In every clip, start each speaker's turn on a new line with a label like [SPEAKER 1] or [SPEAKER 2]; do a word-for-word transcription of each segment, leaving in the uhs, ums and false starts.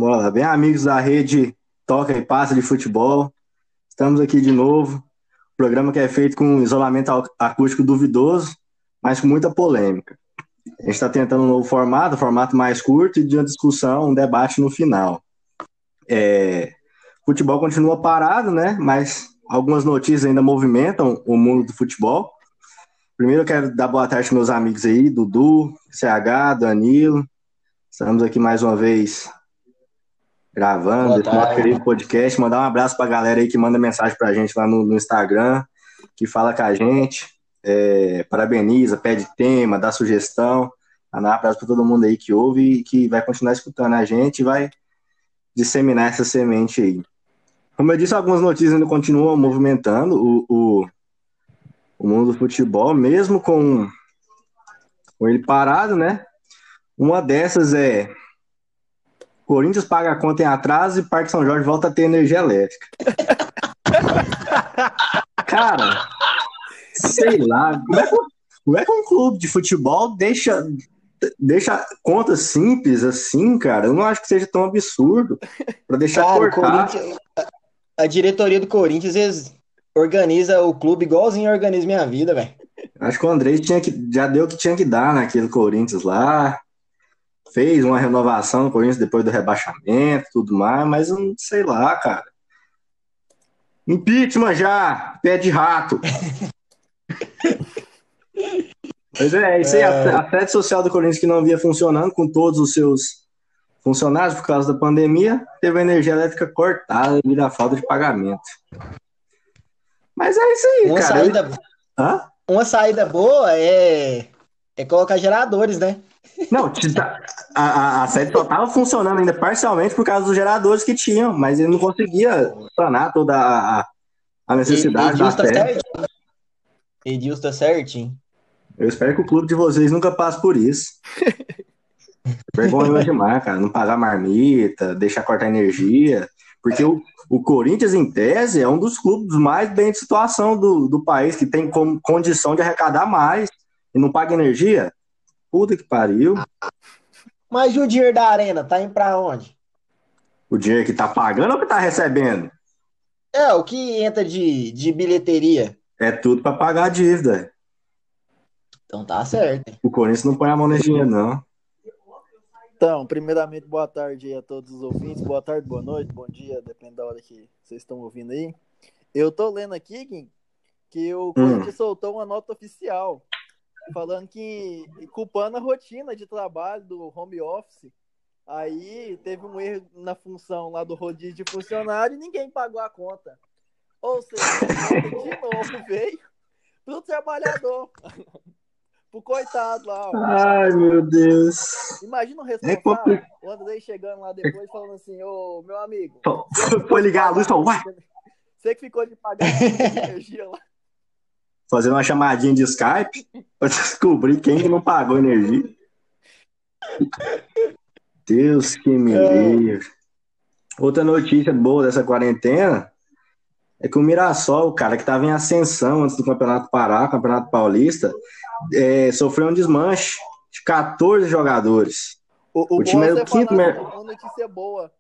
[SPEAKER 1] Bora lá. Bem, amigos da rede Toca e Passa de Futebol. Estamos aqui de novo. Programa que é feito com isolamento acústico duvidoso, mas com muita polêmica. A gente está tentando um novo formato, um formato mais curto e de uma discussão, um debate no final. É... Futebol continua parado, né? Mas algumas notícias ainda movimentam o mundo do futebol. Primeiro eu quero dar boa tarde aos meus amigos aí, Dudu, C H, Danilo. Estamos aqui mais uma vez gravando esse nosso querido podcast. Mandar um abraço para a galera aí que manda mensagem para a gente lá no, no Instagram, que fala com a gente, é, parabeniza, pede tema, dá sugestão. Mandar um abraço para todo mundo aí que ouve e que vai continuar escutando a gente e vai disseminar essa semente aí. Como eu disse, algumas notícias ainda continuam movimentando o, o, o mundo do futebol, mesmo com, com ele parado, né? Uma dessas é Corinthians paga a conta em atraso e Parque São Jorge volta a ter energia elétrica. Cara, sei lá, como é, que, como é que um clube de futebol deixa, deixa conta simples assim, cara? Eu não acho que seja tão absurdo para deixar
[SPEAKER 2] Cara, o
[SPEAKER 1] cortar.
[SPEAKER 2] Corinthians, a diretoria do Corinthians, eles organiza o clube igualzinho organiza minha vida, velho.
[SPEAKER 1] Acho que o Andrés tinha que, já deu o que tinha que dar naquele Corinthians lá. Fez uma renovação no Corinthians depois do rebaixamento e tudo mais, mas eu não sei lá, cara. Impeachment já, pé de rato. Mas é, isso aí, a, a sede social do Corinthians que não vinha funcionando com todos os seus funcionários por causa da pandemia, teve a energia elétrica cortada devido à falta de pagamento. Mas é isso aí,
[SPEAKER 2] uma
[SPEAKER 1] cara.
[SPEAKER 2] Saída,
[SPEAKER 1] Hã?
[SPEAKER 2] Uma saída boa é, é colocar geradores, né?
[SPEAKER 1] Não, a, a, a sede só estava funcionando ainda parcialmente por causa dos geradores que tinham, mas ele não conseguia sanar toda a, a necessidade
[SPEAKER 2] Edilson
[SPEAKER 1] da
[SPEAKER 2] tá
[SPEAKER 1] sede.
[SPEAKER 2] certinho. Edilson tá certinho.
[SPEAKER 1] Eu espero que o clube de vocês nunca passe por isso. Vergonha demais, cara. Não pagar marmita, deixar cortar energia. Porque o, o Corinthians, em tese, é um dos clubes mais bem de situação do, do país, que tem como condição de arrecadar mais e não paga energia. Puta que pariu.
[SPEAKER 2] Mas e o dinheiro da arena, tá indo pra onde?
[SPEAKER 1] O dinheiro que tá pagando ou que tá recebendo?
[SPEAKER 2] É, o que entra de, de bilheteria.
[SPEAKER 1] É tudo pra pagar a dívida.
[SPEAKER 2] Então tá certo.
[SPEAKER 1] O Corinthians não põe a mão nesse dinheiro, não.
[SPEAKER 3] Então, primeiramente, boa tarde a todos os ouvintes. Boa tarde, boa noite, bom dia, depende da hora que vocês estão ouvindo aí. Eu tô lendo aqui, Kim, que o Corinthians hum. soltou uma nota oficial falando que, culpando a rotina de trabalho do home office. Aí teve um erro na função lá do rodízio de funcionário e ninguém pagou a conta. Ou seja, a conta de novo veio pro trabalhador. Pro coitado lá. Ó.
[SPEAKER 1] Ai, meu Deus.
[SPEAKER 3] Imagina o responsável, é o Andrei chegando lá depois falando assim, ô, meu amigo...
[SPEAKER 1] Foi ligar a luz e falou, uai!
[SPEAKER 3] Você que ficou de pagar a energia lá.
[SPEAKER 1] Fazendo uma chamadinha de Skype pra descobrir quem que não pagou energia. Deus que me livre. Outra notícia boa dessa quarentena é que o Mirassol, cara, que estava em ascensão antes do Campeonato Pará, Campeonato Paulista, é, sofreu um desmanche de quatorze jogadores.
[SPEAKER 3] O, o, o time era o quinto melhor. Uma notícia boa.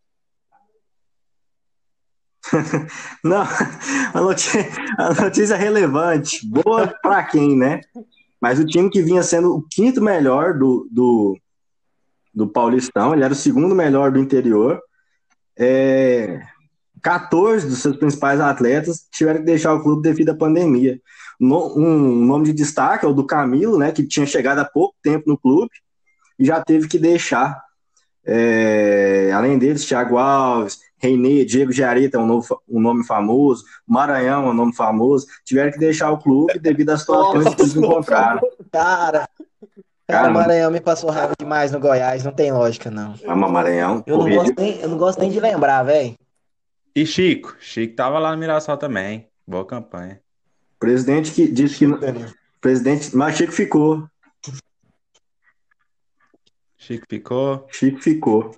[SPEAKER 1] Não, a notícia, a notícia é relevante. Boa pra quem, né? Mas o time que vinha sendo o quinto melhor do, do, do Paulistão, ele era o segundo melhor do interior. É, quatorze dos seus principais atletas tiveram que deixar o clube devido à pandemia. No, um nome de destaque é o do Camilo, né, que tinha chegado há pouco tempo no clube e já teve que deixar. É, além deles, Thiago Alves, René, Diego Giarita, um, novo, um nome famoso, Maranhão, um nome famoso, tiveram que deixar o clube devido às situações que eles encontraram.
[SPEAKER 2] Cara, cara, o Maranhão me passou raiva demais no Goiás, não tem lógica, não.
[SPEAKER 1] Mas Maranhão,
[SPEAKER 2] eu, não gosto nem, eu não gosto nem de lembrar, velho.
[SPEAKER 4] E Chico, Chico tava lá no Mirassol também, boa campanha.
[SPEAKER 1] Presidente que disse que... Presidente, mas Chico ficou.
[SPEAKER 4] Chico ficou?
[SPEAKER 1] Chico ficou.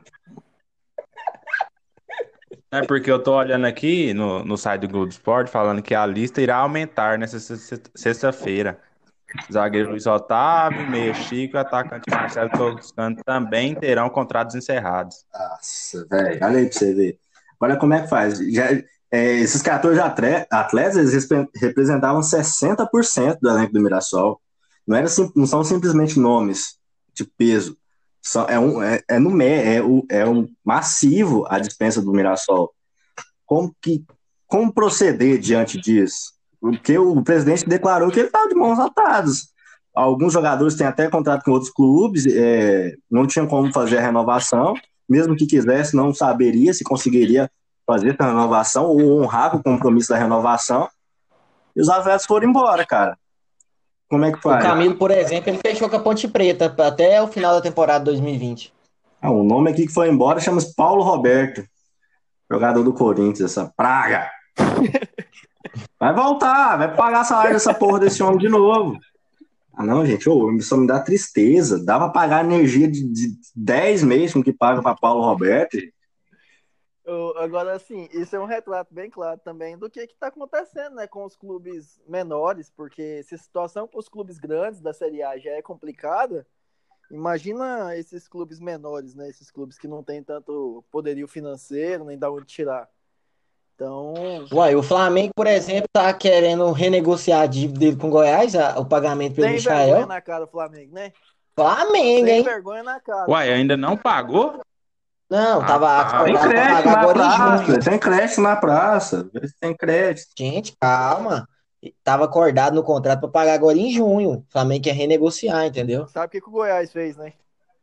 [SPEAKER 4] É porque eu tô olhando aqui no, no site do Globo Esporte falando que a lista irá aumentar nessa sexta-feira. Zagueiro Luiz Otávio, meia Chico, atacante Marcelo Toscano também terão contratos encerrados.
[SPEAKER 1] Nossa, velho, olha aí pra você ver. Olha como é que faz. Já, é, esses quatorze atre- atletas, eles respe- representavam sessenta por cento do elenco do Mirassol. Não, era, sim- não são simplesmente nomes de peso. São, é, um, é, é, no, mé- é, o, é um massivo a dispensa do Mirassol. Como, que, como proceder diante disso? Porque o presidente declarou que ele estava de mãos atadas. Alguns jogadores têm até contrato com outros clubes, é, não tinham como fazer a renovação, mesmo que quisesse, não saberia se conseguiria fazer essa renovação ou honrar o compromisso da renovação. E os atletas foram embora, cara. Como é que
[SPEAKER 2] O
[SPEAKER 1] faz?
[SPEAKER 2] Camilo, por exemplo, ele fechou com a Ponte Preta até o final da temporada dois mil e vinte.
[SPEAKER 1] Ah, o nome aqui que foi embora chama-se Paulo Roberto, jogador do Corinthians, essa praga. Vai voltar, vai pagar salário dessa porra desse homem de novo. Ah, não, gente, ô, só me dá tristeza. Dá pra pagar a energia de, de dez meses com que paga pra Paulo Roberto. Gente.
[SPEAKER 3] Eu- Agora, assim, isso é um retrato bem claro também do que está acontecendo, né, com os clubes menores, porque se a situação com os clubes grandes da Série A já é complicada, imagina esses clubes menores, né, esses clubes que não têm tanto poderio financeiro, nem dá onde tirar. Então,
[SPEAKER 2] Uai, o Flamengo, por exemplo, tá querendo renegociar a dívida dele com o Goiás, a- o pagamento pelo
[SPEAKER 3] sem vergonha
[SPEAKER 2] Michael.
[SPEAKER 3] na cara do Flamengo, né?
[SPEAKER 2] Flamengo,
[SPEAKER 3] Sem
[SPEAKER 2] hein?
[SPEAKER 3] vergonha na cara.
[SPEAKER 4] Uai, ainda não pagou?
[SPEAKER 2] Não, tava
[SPEAKER 1] Tem
[SPEAKER 4] Rapaz,
[SPEAKER 2] acordado pra
[SPEAKER 1] crédito
[SPEAKER 2] pagar
[SPEAKER 1] na
[SPEAKER 2] agora em
[SPEAKER 1] praça,
[SPEAKER 2] junho.
[SPEAKER 1] tem crédito na praça. Vê se tem crédito.
[SPEAKER 2] Gente, calma. Tava acordado no contrato pra pagar agora em junho. O Flamengo quer renegociar, entendeu?
[SPEAKER 3] Sabe o que, que o Goiás fez, né?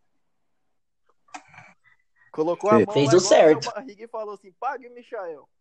[SPEAKER 3] Colocou a
[SPEAKER 1] Fê,
[SPEAKER 3] mão
[SPEAKER 2] Fez
[SPEAKER 3] lá
[SPEAKER 2] o
[SPEAKER 3] igual no seu
[SPEAKER 2] certo.
[SPEAKER 3] barriga e falou assim: pague, Michael.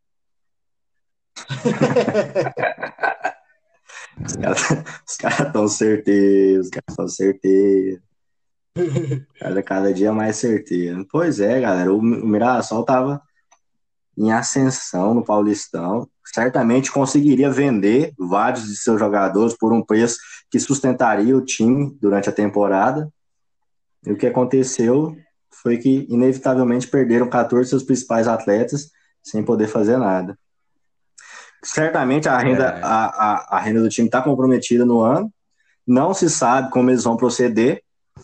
[SPEAKER 1] Os caras os caras estão certeiros, os caras estão certeiros. Cada, cada dia mais certeiro. Pois é, galera. O, o Mirassol tava em ascensão no Paulistão. Certamente conseguiria vender vários de seus jogadores por um preço que sustentaria o time durante a temporada. E o que aconteceu foi que, inevitavelmente, perderam quatorze de seus principais atletas sem poder fazer nada. Certamente a renda,
[SPEAKER 4] é,
[SPEAKER 1] a, a, a renda do time está comprometida no ano. Não se sabe como eles vão proceder.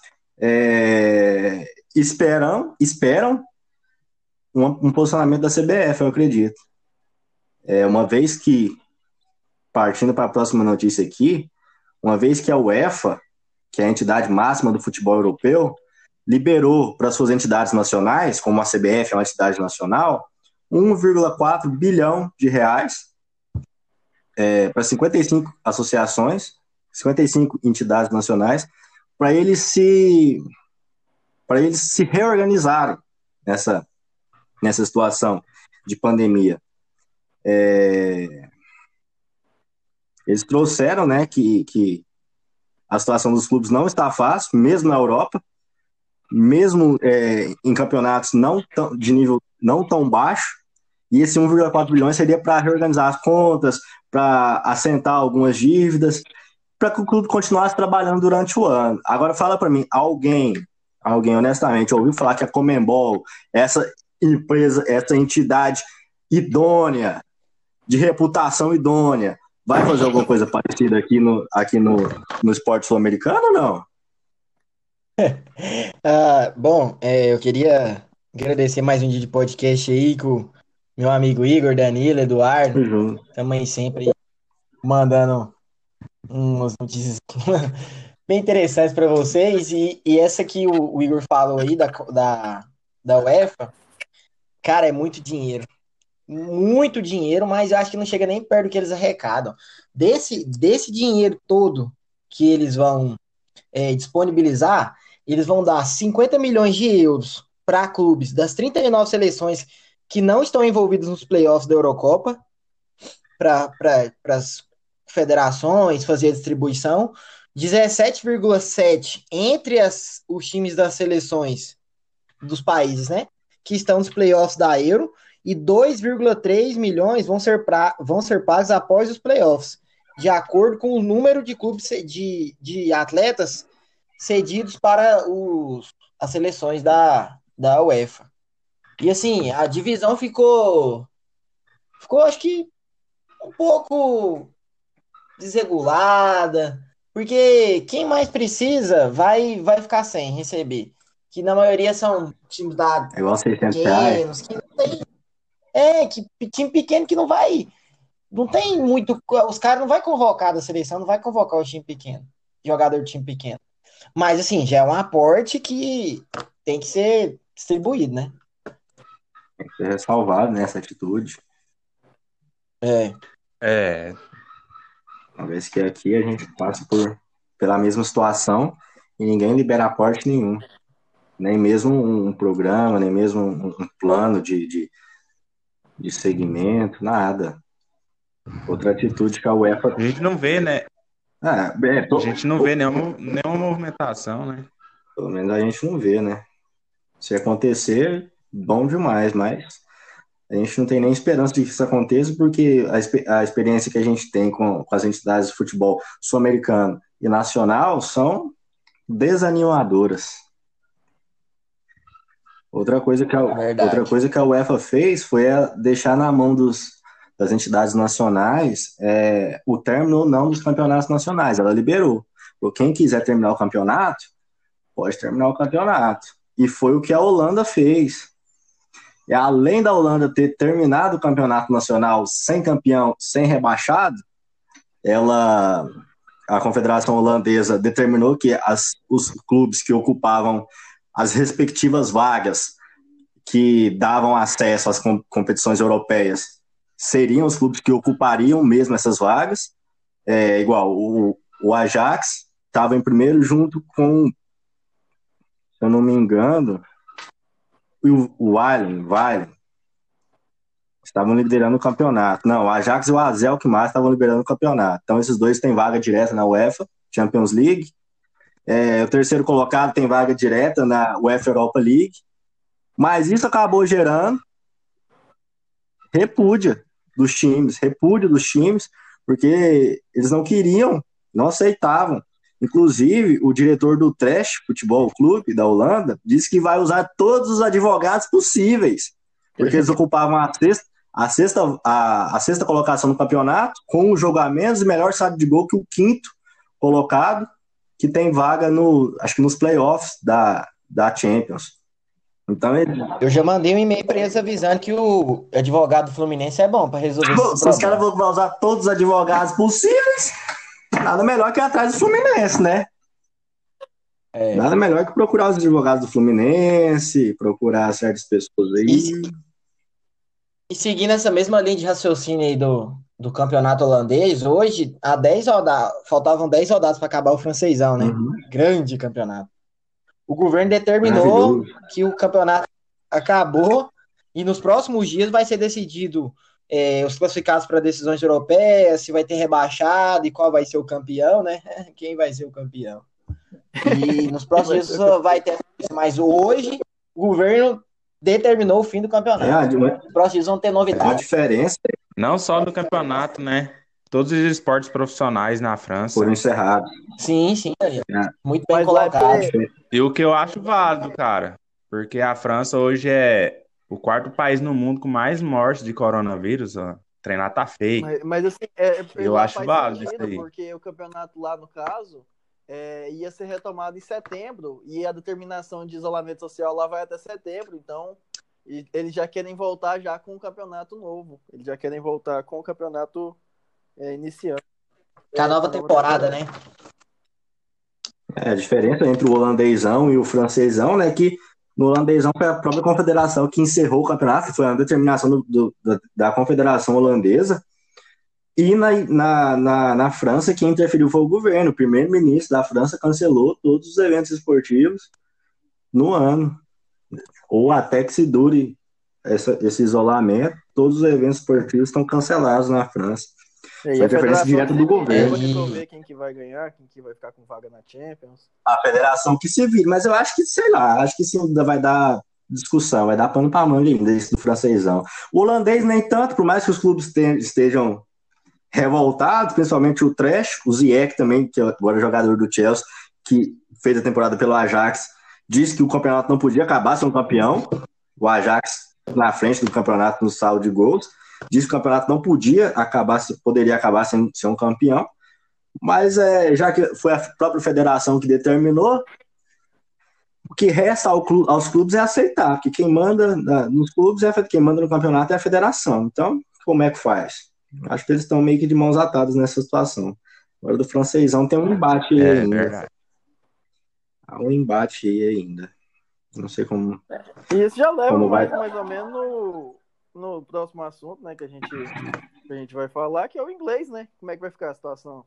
[SPEAKER 1] É, esperam, esperam um, um posicionamento da C B F, eu acredito. É, uma vez que, partindo para a próxima notícia aqui, uma vez que a UEFA, que é a entidade máxima do futebol europeu, liberou para suas entidades nacionais, como a C B F é uma entidade nacional, um vírgula quatro bilhão de reais é, para cinquenta e cinco associações, cinquenta e cinco entidades nacionais, para eles se para eles se reorganizarem nessa, nessa situação de pandemia. É, eles trouxeram, né, que, que a situação dos clubes não está fácil, mesmo na Europa, mesmo é, em campeonatos não tão, de nível não tão baixo, e esse um vírgula quatro bilhões seria para reorganizar as contas, para assentar algumas dívidas, para que o clube continuasse trabalhando durante o ano. Agora fala para mim, alguém, alguém honestamente ouviu falar que a Conmebol, essa empresa, essa entidade idônea, de reputação idônea, vai fazer alguma coisa parecida aqui no, aqui no, no esporte sul-americano ou não?
[SPEAKER 2] Ah, bom, é, eu queria agradecer mais um dia de podcast aí com meu amigo Igor, Danilo, Eduardo.
[SPEAKER 1] Uhum.
[SPEAKER 2] Também sempre mandando umas notícias bem interessantes para vocês. E, e essa que o, o Igor falou aí da, da, da UEFA, cara, é muito dinheiro. Muito dinheiro, mas eu acho que não chega nem perto do que eles arrecadam. Desse, desse dinheiro todo que eles vão é, disponibilizar, eles vão dar cinquenta milhões de euros para clubes das trinta e nove seleções que não estão envolvidas nos playoffs da Eurocopa, para pra, as federações fazer a distribuição, dezessete vírgula sete entre as, os times das seleções dos países, né, que estão nos playoffs da Euro, e dois vírgula três milhões vão ser, pra, vão ser pagos após os playoffs, de acordo com o número de clubes de, de atletas cedidos para os, as seleções da, da UEFA. E assim, a divisão ficou, ficou acho que um pouco desregulada. Porque quem mais precisa vai, vai ficar sem receber. Que na maioria são times da
[SPEAKER 1] É igual seiscentos reais.
[SPEAKER 2] pequenos, que não tem. É, que time pequeno que não vai. Não tem muito. Os caras não vai convocar da seleção, não vai convocar o time pequeno. Jogador de time pequeno. Mas assim, já é um aporte que tem que ser distribuído, né?
[SPEAKER 1] Tem que ser ressalvado nessa atitude.
[SPEAKER 2] É.
[SPEAKER 4] É,
[SPEAKER 1] Uma vez que aqui a gente passa por, pela mesma situação e ninguém libera aporte nenhum. Nem mesmo um programa, nem mesmo um, um plano de, de, de segmento, nada. Outra atitude que a UEFA.
[SPEAKER 4] a gente não vê, né?
[SPEAKER 1] Ah, é,
[SPEAKER 4] A
[SPEAKER 1] tô,
[SPEAKER 4] gente não
[SPEAKER 1] tô,
[SPEAKER 4] vê nenhuma, nenhuma movimentação, né?
[SPEAKER 1] pelo menos a gente não vê, né? Se acontecer, bom demais, mas a gente não tem nem esperança de que isso aconteça, porque a, a experiência que a gente tem com, com as entidades de futebol sul-americano e nacional são desanimadoras. Outra coisa que a, outra
[SPEAKER 2] Verdade.
[SPEAKER 1] coisa que a UEFA fez foi a deixar na mão dos, das entidades nacionais é, o término ou não dos campeonatos nacionais. Ela liberou. Quem quiser terminar o campeonato, pode terminar o campeonato. E foi o que a Holanda fez. E além da Holanda ter terminado o campeonato nacional sem campeão, sem rebaixado, ela, a Confederação Holandesa determinou que as, os clubes que ocupavam as respectivas vagas que davam acesso às competições europeias seriam os clubes que ocupariam mesmo essas vagas. É, igual, o, o Ajax estava em primeiro junto com, se eu não me engano, o, o Weilen, Weilen estavam liderando o campeonato. Não, o Ajax e o A Z Alkmaar estavam liderando o campeonato. Então esses dois têm vaga direta na UEFA Champions League. É, o terceiro colocado tem vaga direta na UEFA Europa League. Mas isso acabou gerando repúdia dos times, repúdio dos times, porque eles não queriam, não aceitavam. Inclusive, o diretor do Trash Futebol Clube da Holanda disse que vai usar todos os advogados possíveis, porque eles ocupavam a sexta, a sexta, a, a sexta colocação no campeonato, com um jogo a menos e melhor saldo de gol que o quinto colocado, que tem vaga no, acho que nos playoffs da, da Champions. Então, ele...
[SPEAKER 2] Eu já mandei um e-mail para eles avisando que o advogado Fluminense é bom para resolver esse
[SPEAKER 1] Se os caras
[SPEAKER 2] problema.
[SPEAKER 1] vão usar todos os advogados possíveis, nada melhor que ir atrás do Fluminense, né?
[SPEAKER 2] É.
[SPEAKER 1] Nada melhor que procurar os advogados do Fluminense, procurar certas pessoas aí.
[SPEAKER 2] E, e seguindo essa mesma linha de raciocínio aí do, do campeonato holandês, hoje, há dez rodadas, faltavam dez rodadas para acabar o francesão, né?
[SPEAKER 1] Uhum.
[SPEAKER 2] Grande campeonato. O governo determinou
[SPEAKER 1] Maravilhoso.
[SPEAKER 2] que o campeonato acabou e nos próximos dias vai ser decidido é, os classificados para decisões europeias, se vai ter rebaixado e qual vai ser o campeão, né? Quem vai ser o campeão. E nos próximos dias só vai ter. Mas hoje o governo determinou o fim do campeonato.
[SPEAKER 1] É,
[SPEAKER 2] Nos próximos dias vão ter
[SPEAKER 1] é uma
[SPEAKER 2] novidades.
[SPEAKER 1] diferença
[SPEAKER 4] Não só no campeonato, né? Todos os esportes profissionais na França.
[SPEAKER 1] foram encerrados.
[SPEAKER 2] Sim, sim, aí.
[SPEAKER 1] É.
[SPEAKER 2] Muito bem
[SPEAKER 3] Mas lá é
[SPEAKER 2] colocado.
[SPEAKER 3] porque-
[SPEAKER 4] E o que eu acho válido, cara, porque a França hoje é o quarto país no mundo com mais mortes de coronavírus, ó. Treinar tá feio.
[SPEAKER 3] Mas, mas, assim, é, é-
[SPEAKER 4] Eu
[SPEAKER 3] lá
[SPEAKER 4] acho
[SPEAKER 3] faz
[SPEAKER 4] válido
[SPEAKER 3] sentido,
[SPEAKER 4] isso aí.
[SPEAKER 3] porque o campeonato lá, no caso, é, ia ser retomado em setembro, e a determinação de isolamento social lá vai até setembro, então e eles já querem voltar já com o campeonato novo. Eles já querem voltar com o campeonato é, iniciando.
[SPEAKER 2] Com a nova temporada, né?
[SPEAKER 1] É, a diferença entre o holandesão e o francesão, né, que no holandesão foi a própria confederação que encerrou o campeonato, que foi a determinação do, do, da, da confederação holandesa, e na, na, na, na França quem interferiu foi o governo. O primeiro-ministro da França cancelou todos os eventos esportivos no ano, ou até que se dure essa, esse isolamento, todos os eventos esportivos estão cancelados na França.
[SPEAKER 3] E
[SPEAKER 1] Foi
[SPEAKER 3] a
[SPEAKER 1] interferência
[SPEAKER 3] federação
[SPEAKER 1] direta do
[SPEAKER 3] que
[SPEAKER 1] governo.
[SPEAKER 3] vai resolver quem que vai ganhar, quem que vai ficar com vaga na Champions.
[SPEAKER 1] A federação que se vira, mas eu acho que, sei lá, acho que sim, ainda vai dar discussão, vai dar pano pra manga ainda, esse do francesão. O holandês nem tanto, por mais que os clubes te- estejam revoltados, principalmente o Trash, o Ziyech também, que agora é jogador do Chelsea, que fez a temporada pelo Ajax, disse que o campeonato não podia acabar sem um campeão, o Ajax na frente do campeonato no saldo de gols, disse que o campeonato não podia acabar, poderia acabar sem ser um campeão. Mas é, já que foi a própria federação que determinou, o que resta ao clu- aos clubes é aceitar, porque quem manda na- nos clubes, é quem manda no campeonato é a federação. Então, como é que faz? Acho que eles estão meio que de mãos atadas nessa situação. Agora do francesão tem um embate aí
[SPEAKER 4] É
[SPEAKER 1] ainda.
[SPEAKER 4] verdade.
[SPEAKER 1] Há um embate aí ainda. Não sei como,
[SPEAKER 3] E isso já leva
[SPEAKER 1] como vai.
[SPEAKER 3] mais, mais ou menos no, no próximo assunto, né, que a gente, que a gente vai falar, que é o inglês, né? Como é que vai ficar a situação?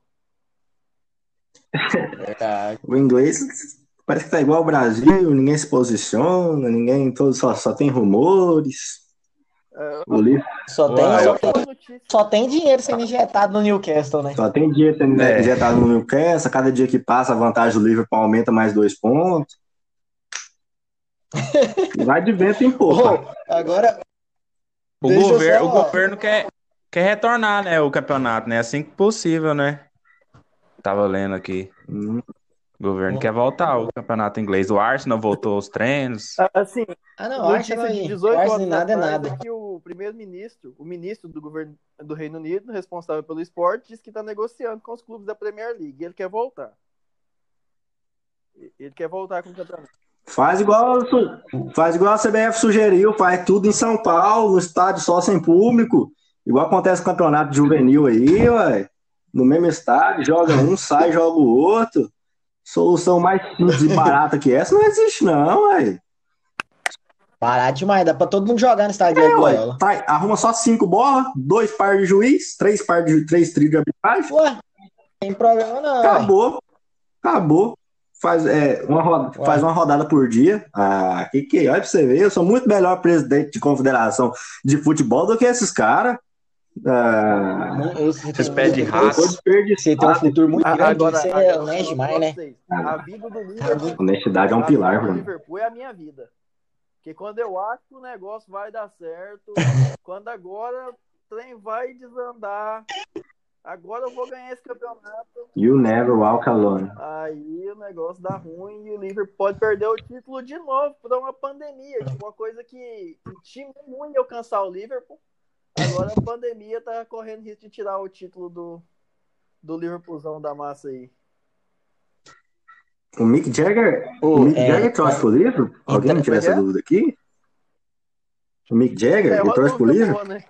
[SPEAKER 2] Verdade.
[SPEAKER 1] O inglês parece que tá igual ao Brasil, ninguém se posiciona, ninguém, todo, só, só tem rumores.
[SPEAKER 3] É,
[SPEAKER 1] O livro
[SPEAKER 2] Só, tem,
[SPEAKER 4] Uai,
[SPEAKER 3] a
[SPEAKER 2] só,
[SPEAKER 3] última
[SPEAKER 2] tem,
[SPEAKER 3] notícia.
[SPEAKER 2] só tem dinheiro sendo injetado no Newcastle, né?
[SPEAKER 1] só tem dinheiro sendo
[SPEAKER 4] É.
[SPEAKER 1] injetado no Newcastle, cada dia que passa a vantagem do Liverpool aumenta mais dois pontos. E vai de vento em pouco.
[SPEAKER 2] Ô, agora,
[SPEAKER 4] O,
[SPEAKER 2] deixa eu
[SPEAKER 4] gover-
[SPEAKER 2] só-
[SPEAKER 4] o governo quer, quer retornar, né, o campeonato, né? Assim que possível, né? Tava lendo aqui.
[SPEAKER 1] Hum,
[SPEAKER 4] O governo quer voltar ao campeonato inglês. O Arsenal voltou aos treinos.
[SPEAKER 3] A- Assim,
[SPEAKER 2] Ah, não,
[SPEAKER 3] notícia
[SPEAKER 2] Arsenal
[SPEAKER 3] de
[SPEAKER 2] aí.
[SPEAKER 3] dezoito
[SPEAKER 2] Arsenal
[SPEAKER 3] horas
[SPEAKER 2] nada é
[SPEAKER 3] atrás
[SPEAKER 2] nada.
[SPEAKER 3] é que o primeiro-ministro, o ministro do governo do Reino Unido, responsável pelo esporte, disse que está negociando com os clubes da Premier League. E ele quer voltar. Ele quer voltar com o campeonato.
[SPEAKER 1] Faz igual, faz igual a C B F sugeriu, faz tudo em São Paulo, no estádio só sem público. Igual acontece com o campeonato juvenil aí, ué. No mesmo estádio, joga um, sai, joga o outro. Solução mais simples e barata que essa não existe, não, ué.
[SPEAKER 2] Barato demais, dá pra todo mundo jogar no estádio
[SPEAKER 1] É,
[SPEAKER 2] de
[SPEAKER 1] ué.
[SPEAKER 2] Loyola.
[SPEAKER 1] Trai- arruma só cinco bolas, dois par de juiz, três par de três trilhos de arbitragem.
[SPEAKER 2] Ué, não tem problema não, ué.
[SPEAKER 1] Acabou. Acabou. Faz, é, uma roda,
[SPEAKER 2] Ué.
[SPEAKER 1] faz uma rodada por dia. Ah, que que é? Olha pra você ver, eu sou muito melhor presidente de confederação de futebol do que esses caras. Ah,
[SPEAKER 2] Não, eu- Você
[SPEAKER 4] Vocês
[SPEAKER 2] tem,
[SPEAKER 4] pedem
[SPEAKER 1] eu tô
[SPEAKER 4] raça.
[SPEAKER 2] você tem um
[SPEAKER 1] desperdiçado.
[SPEAKER 2] futuro muito
[SPEAKER 3] A-
[SPEAKER 2] grande,
[SPEAKER 3] Agora,
[SPEAKER 2] você é
[SPEAKER 3] agora,
[SPEAKER 2] honesto
[SPEAKER 3] eu
[SPEAKER 2] demais,
[SPEAKER 3] falo
[SPEAKER 2] né?
[SPEAKER 3] pra vocês, a vida do Liverpool,
[SPEAKER 1] Honestidade é um
[SPEAKER 3] a
[SPEAKER 1] pilar,
[SPEAKER 3] vida do
[SPEAKER 1] mano.
[SPEAKER 3] Liverpool é a minha vida. Porque quando eu acho que o negócio vai dar certo, quando agora o trem vai desandar, agora eu vou ganhar esse campeonato,
[SPEAKER 1] You never walk alone.
[SPEAKER 3] aí o negócio dá ruim e o Liverpool pode perder o título de novo por uma pandemia. Tipo, uma coisa que, que time ruim de alcançar o Liverpool. Agora a pandemia tá correndo risco de tirar o título do, do Liverpoolzão da massa aí.
[SPEAKER 1] O Mick Jagger,
[SPEAKER 2] Ô,
[SPEAKER 1] o Mick
[SPEAKER 2] é,
[SPEAKER 1] Jagger trouxe pro livro? Alguém me tira
[SPEAKER 3] Como é que
[SPEAKER 1] essa
[SPEAKER 3] é?
[SPEAKER 1] dúvida aqui? O Mick Jagger,
[SPEAKER 3] É
[SPEAKER 1] ele
[SPEAKER 3] uma
[SPEAKER 1] trouxe pro
[SPEAKER 3] dúvida
[SPEAKER 1] livro?
[SPEAKER 3] boa, né?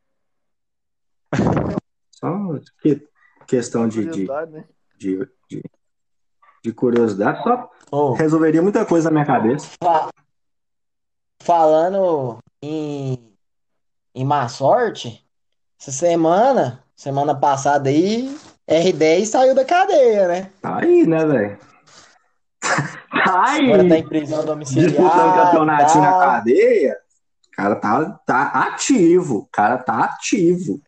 [SPEAKER 1] Só que, questão de, de,
[SPEAKER 3] Curiosidade, né?
[SPEAKER 1] de, de, de curiosidade, só
[SPEAKER 2] ô,
[SPEAKER 1] resolveria muita coisa na minha cabeça.
[SPEAKER 2] fa- falando em, em má sorte, essa semana, semana passada aí, R dez saiu da cadeia, né?
[SPEAKER 1] Tá aí, né, velho? Tá
[SPEAKER 2] Agora tá
[SPEAKER 1] aí,
[SPEAKER 2] em prisão
[SPEAKER 1] disputando
[SPEAKER 2] domiciliar e
[SPEAKER 1] campeonatinho na
[SPEAKER 2] tal.
[SPEAKER 1] cadeia. O cara tá, tá ativo. O cara tá ativo.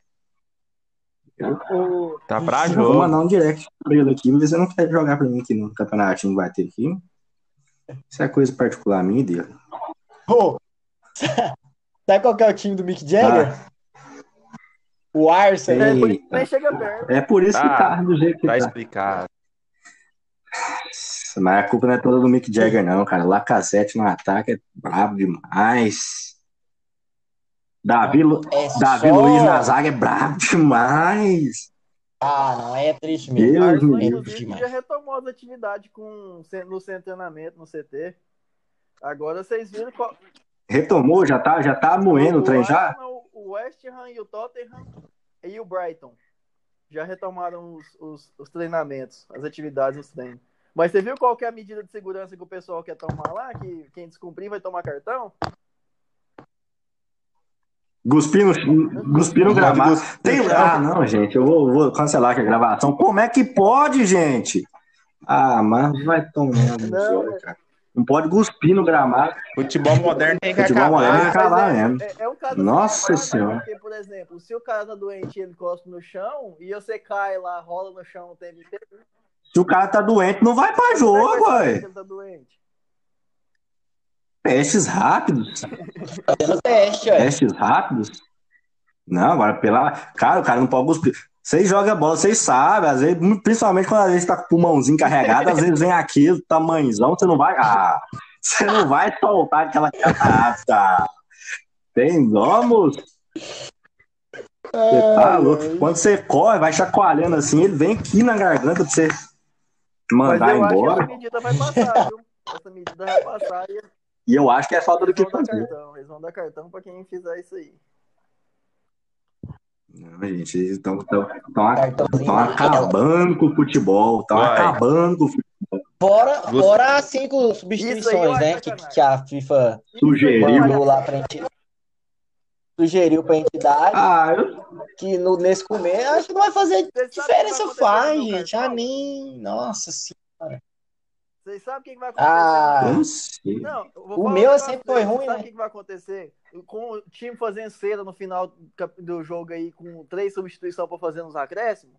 [SPEAKER 3] O,
[SPEAKER 4] Tá pra
[SPEAKER 1] Eu vou
[SPEAKER 4] jogo.
[SPEAKER 1] mandar um direct pra ele aqui, mas você não quer jogar pra mim aqui no campeonatinho que vai ter aqui. Isso é coisa particular minha e dele.
[SPEAKER 2] Ô, sabe qual que é o time do Mick Jagger?
[SPEAKER 1] Ah,
[SPEAKER 2] O Arsenal.
[SPEAKER 3] é, por isso
[SPEAKER 1] eita.
[SPEAKER 3] nem chega perto.
[SPEAKER 1] É por isso que
[SPEAKER 4] Ah,
[SPEAKER 1] tá do jeito que
[SPEAKER 4] Tá
[SPEAKER 1] tá.
[SPEAKER 4] explicado.
[SPEAKER 1] Mas a culpa não é toda do Mick Jagger, não, cara. Lacazette no ataque é brabo demais. Davi, Lu-
[SPEAKER 2] É
[SPEAKER 1] Davi
[SPEAKER 2] só-
[SPEAKER 1] Luiz na zaga é brabo demais.
[SPEAKER 2] Ah, não, é triste mesmo.
[SPEAKER 1] Deus
[SPEAKER 3] Arsenal,
[SPEAKER 1] me
[SPEAKER 2] É
[SPEAKER 1] livre.
[SPEAKER 3] inclusive,
[SPEAKER 2] demais.
[SPEAKER 3] já retomou as atividades com, no centro de treinamento, no C T. Agora vocês viram qual,
[SPEAKER 1] Retomou, já tá, já tá moendo o trem já?
[SPEAKER 3] Arsenal, o West Ham e o Tottenham e o Brighton já retomaram os, os, os treinamentos, as atividades nos treinos. Mas você viu qual que é a medida de segurança que o pessoal quer tomar lá? Que quem descumprir vai tomar cartão?
[SPEAKER 1] Cuspir no, cuspir no gramado. Tem... Ah, não, gente, eu vou, vou cancelar aqui a gravação. Como é que pode, gente? Ah, mas vai tomar no
[SPEAKER 3] Não,
[SPEAKER 1] olhos, cara. Não pode cuspir no gramado.
[SPEAKER 4] Futebol moderno tem que
[SPEAKER 1] Futebol moderno tem que
[SPEAKER 4] acabar.
[SPEAKER 1] acabar
[SPEAKER 3] Mas é,
[SPEAKER 1] mesmo.
[SPEAKER 3] é, é um caso
[SPEAKER 1] Nossa
[SPEAKER 3] assim,
[SPEAKER 1] Senhora.
[SPEAKER 3] Porque, por exemplo, se o cara tá doente e ele encosta no chão e você cai lá, rola no chão, tem que ter.
[SPEAKER 1] Se o cara tá doente, não vai pra
[SPEAKER 3] Como é que
[SPEAKER 1] jogo,
[SPEAKER 3] vai saber
[SPEAKER 1] ué.
[SPEAKER 3] que ele tá doente?
[SPEAKER 1] Testes rápidos.
[SPEAKER 2] Fazendo teste, ó.
[SPEAKER 1] Testes rápidos. Não, agora pela. Cara, o cara não pode cuspir. Vocês jogam bola, vocês sabem, às vezes, principalmente quando às vezes tá com o pulmãozinho carregado, às vezes vem aquilo, tamanhozão, você não vai. Ah, você não vai soltar aquela catarata. Tem, vamos. Você tá
[SPEAKER 2] Ai,
[SPEAKER 1] louco.
[SPEAKER 2] ai.
[SPEAKER 1] Quando você corre, vai chacoalhando assim, ele vem aqui na garganta pra você
[SPEAKER 3] Mas
[SPEAKER 1] mandar
[SPEAKER 3] eu acho que essa
[SPEAKER 1] embora.
[SPEAKER 3] medida vai passar, viu? Essa medida vai passar e
[SPEAKER 1] E eu acho que é falta do
[SPEAKER 3] eles
[SPEAKER 1] que
[SPEAKER 3] vão dar
[SPEAKER 1] fazer.
[SPEAKER 3] cartão. Eles vão dar cartão pra quem fizer isso aí.
[SPEAKER 1] Não, gente, eles estão
[SPEAKER 2] Cartãozinho amarelo.
[SPEAKER 1] acabando com o futebol. Estão
[SPEAKER 4] Uai.
[SPEAKER 1] acabando com o futebol.
[SPEAKER 2] Fora,
[SPEAKER 4] Gus-
[SPEAKER 2] fora as cinco
[SPEAKER 3] Isso aí eu
[SPEAKER 2] substituições,
[SPEAKER 3] acho
[SPEAKER 2] né? Que,
[SPEAKER 3] sacanagem.
[SPEAKER 2] que a FIFA
[SPEAKER 1] Sugeriu.
[SPEAKER 2] mandou lá pra entidade. Sugeriu pra entidade.
[SPEAKER 1] Ah, eu...
[SPEAKER 2] Que no, nesse começo, acho que não vai fazer
[SPEAKER 3] Vocês sabem o que
[SPEAKER 2] diferença,
[SPEAKER 3] vai acontecer com o
[SPEAKER 2] faz,
[SPEAKER 3] meu
[SPEAKER 2] gente. Ah,
[SPEAKER 3] cartão?
[SPEAKER 2] nem. Nossa senhora.
[SPEAKER 3] Vocês sabem o que vai acontecer?
[SPEAKER 2] Ah,
[SPEAKER 1] eu não sei.
[SPEAKER 3] Não, eu vou
[SPEAKER 2] o
[SPEAKER 3] falar um
[SPEAKER 2] meu
[SPEAKER 3] negócio
[SPEAKER 2] sempre
[SPEAKER 3] pra
[SPEAKER 2] foi
[SPEAKER 3] vocês.
[SPEAKER 2] ruim,
[SPEAKER 3] Sabe
[SPEAKER 2] né?
[SPEAKER 3] o que vai acontecer? Com o time fazendo cera no final do cap- do jogo aí, com três substituições pra fazer nos acréscimos?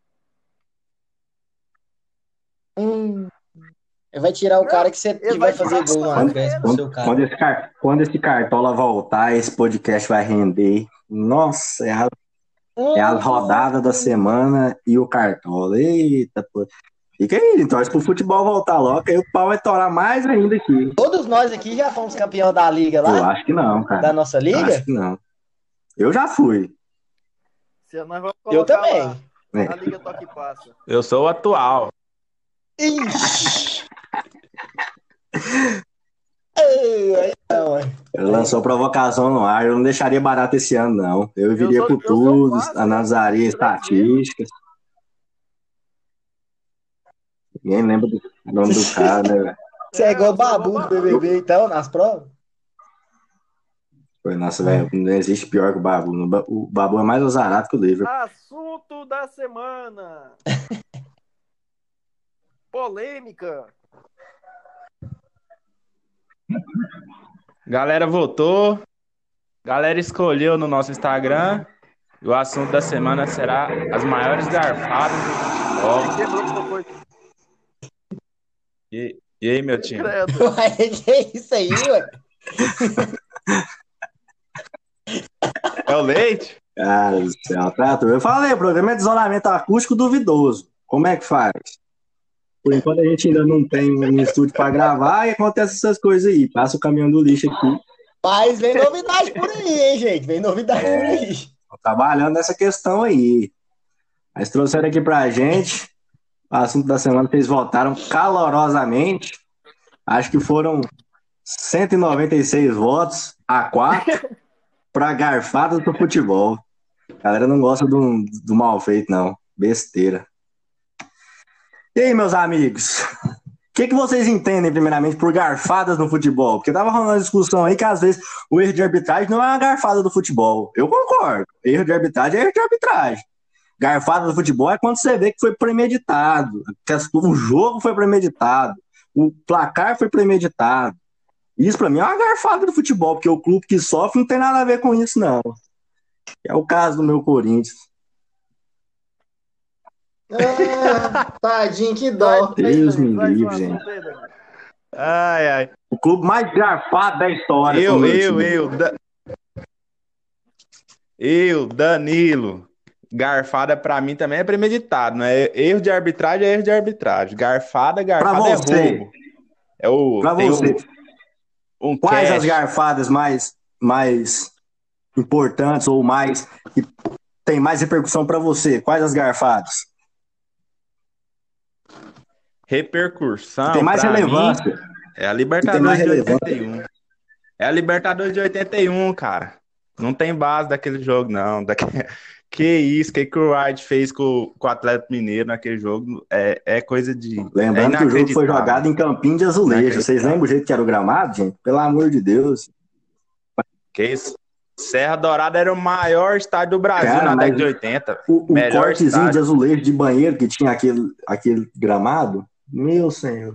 [SPEAKER 2] Hum. Vai tirar o
[SPEAKER 3] Não,
[SPEAKER 2] cara que, você,
[SPEAKER 3] ele
[SPEAKER 2] que vai
[SPEAKER 3] vai
[SPEAKER 2] fazer
[SPEAKER 3] tirar pra
[SPEAKER 2] gol no
[SPEAKER 3] fazer
[SPEAKER 2] acréscimo pro
[SPEAKER 3] cera.
[SPEAKER 2] seu
[SPEAKER 1] Quando,
[SPEAKER 2] cara.
[SPEAKER 1] quando esse, car... quando esse cartola voltar, esse podcast vai render. Nossa, é a, é a rodada da semana e o cartola. Eita, pô. Fica aí, então, pro futebol voltar logo, aí o pau vai torar mais ainda aqui.
[SPEAKER 2] Todos nós aqui já fomos campeão da liga
[SPEAKER 1] Eu
[SPEAKER 2] lá,
[SPEAKER 1] acho que não, cara.
[SPEAKER 2] da nossa
[SPEAKER 1] Eu acho
[SPEAKER 2] liga.
[SPEAKER 1] que não. Eu já fui.
[SPEAKER 3] Se nós vamos
[SPEAKER 2] Eu
[SPEAKER 3] colocar
[SPEAKER 2] também.
[SPEAKER 3] lá
[SPEAKER 1] É.
[SPEAKER 3] a Liga Toque e Passa.
[SPEAKER 4] Eu sou o atual.
[SPEAKER 2] Ixi. Ai, ai, não, ai.
[SPEAKER 1] Eu lançou provocação no ar, eu não deixaria barato esse ano, não. Eu
[SPEAKER 3] Eu
[SPEAKER 1] viria
[SPEAKER 3] sou-
[SPEAKER 1] por
[SPEAKER 3] eu sou
[SPEAKER 1] tudo,
[SPEAKER 3] fácil,
[SPEAKER 1] analisaria
[SPEAKER 3] eu três
[SPEAKER 1] estatísticas. Ninguém lembra do nome do cara, né, velho?
[SPEAKER 2] Você é igual
[SPEAKER 3] eu
[SPEAKER 2] o
[SPEAKER 3] sou
[SPEAKER 2] Babu
[SPEAKER 3] igual
[SPEAKER 2] do
[SPEAKER 3] o
[SPEAKER 2] B B B, então, nas provas?
[SPEAKER 1] Foi, nossa, velho, não existe pior que o Babu. O Babu é mais azarado que o Liverpool.
[SPEAKER 3] Assunto da semana. Polêmica.
[SPEAKER 4] Galera votou. Galera escolheu no nosso Instagram. E o assunto da semana será as maiores garfadas do futebol.
[SPEAKER 3] Quebrou uma coisa.
[SPEAKER 4] E, e aí, meu time?
[SPEAKER 3] Credo.
[SPEAKER 2] Ué, que é isso aí, ué?
[SPEAKER 4] É o Leite?
[SPEAKER 1] Cara do céu, trator. Eu falei, o programa é de isolamento acústico duvidoso. Como é que faz? Por enquanto a gente ainda não tem um estúdio para gravar e acontece essas coisas aí. Passa o caminhão do lixo aqui.
[SPEAKER 2] Mas vem novidade por aí, hein, gente? Vem novidade
[SPEAKER 1] É.
[SPEAKER 2] por aí.
[SPEAKER 1] Tô trabalhando nessa questão aí. Mas trouxeram aqui pra gente o assunto da semana. Vocês votaram calorosamente. Acho que foram cento e noventa e seis votos a quatro para garfadas do futebol. A galera não gosta do, do mal feito, não. Besteira. E aí, meus amigos? O que, que vocês entendem, primeiramente, por garfadas no futebol? Porque tava rolando uma discussão aí que, às vezes, o erro de arbitragem não é uma garfada do futebol. Eu concordo. Erro de arbitragem é erro de arbitragem. Garfada do futebol é quando você vê que foi premeditado, que o jogo foi premeditado, o placar foi premeditado. Isso, pra mim, é uma garfada do futebol, porque o clube que sofre não tem nada a ver com isso, não. É o caso do meu Corinthians.
[SPEAKER 2] Ah, tadinho, que dó.
[SPEAKER 1] Deus me
[SPEAKER 3] Traz um
[SPEAKER 1] livre,
[SPEAKER 3] assunto
[SPEAKER 1] gente.
[SPEAKER 3] aí, Dani.
[SPEAKER 4] Ai, ai.
[SPEAKER 1] O clube mais garfado da história. foi o
[SPEAKER 4] Eu,
[SPEAKER 1] meu
[SPEAKER 4] eu,
[SPEAKER 1] time.
[SPEAKER 4] eu. Da... Eu, Danilo. Garfada pra mim também é premeditado, não é? Erro de arbitragem é erro de arbitragem. Garfada, garfada
[SPEAKER 1] Pra
[SPEAKER 4] é
[SPEAKER 1] você.
[SPEAKER 4] roubo. É o.
[SPEAKER 1] Pra
[SPEAKER 4] tem
[SPEAKER 1] você,
[SPEAKER 4] o- um
[SPEAKER 1] quais
[SPEAKER 4] cash.
[SPEAKER 1] as garfadas mais, mais importantes ou mais que tem mais repercussão pra você? Quais as garfadas?
[SPEAKER 4] Repercussão.
[SPEAKER 1] Que tem mais
[SPEAKER 4] pra
[SPEAKER 1] relevância.
[SPEAKER 4] mim, é a
[SPEAKER 1] Que tem
[SPEAKER 4] Libertadores
[SPEAKER 1] mais
[SPEAKER 4] de
[SPEAKER 1] relevância.
[SPEAKER 4] oitenta e um. É a Libertadores de oitenta e um, cara. Não tem base daquele jogo, não. Daque- Que isso, que, que o Wright fez com, com o Atlético Mineiro naquele jogo é, é coisa de.
[SPEAKER 1] Lembrando
[SPEAKER 4] é
[SPEAKER 1] que o jogo foi
[SPEAKER 4] inacreditável.
[SPEAKER 1] jogado em campinho de azulejo.
[SPEAKER 4] Inacreditável.
[SPEAKER 1] Vocês lembram o jeito que era o gramado, gente? Pelo amor de Deus.
[SPEAKER 4] Que isso? Serra Dourada era o maior estádio do Brasil
[SPEAKER 1] Cara,
[SPEAKER 4] na
[SPEAKER 1] mas
[SPEAKER 4] década de oitenta.
[SPEAKER 1] O, o
[SPEAKER 4] Melhor
[SPEAKER 1] cortezinho
[SPEAKER 4] estádio.
[SPEAKER 1] de azulejo de banheiro que tinha aquele, aquele gramado. Meu senhor.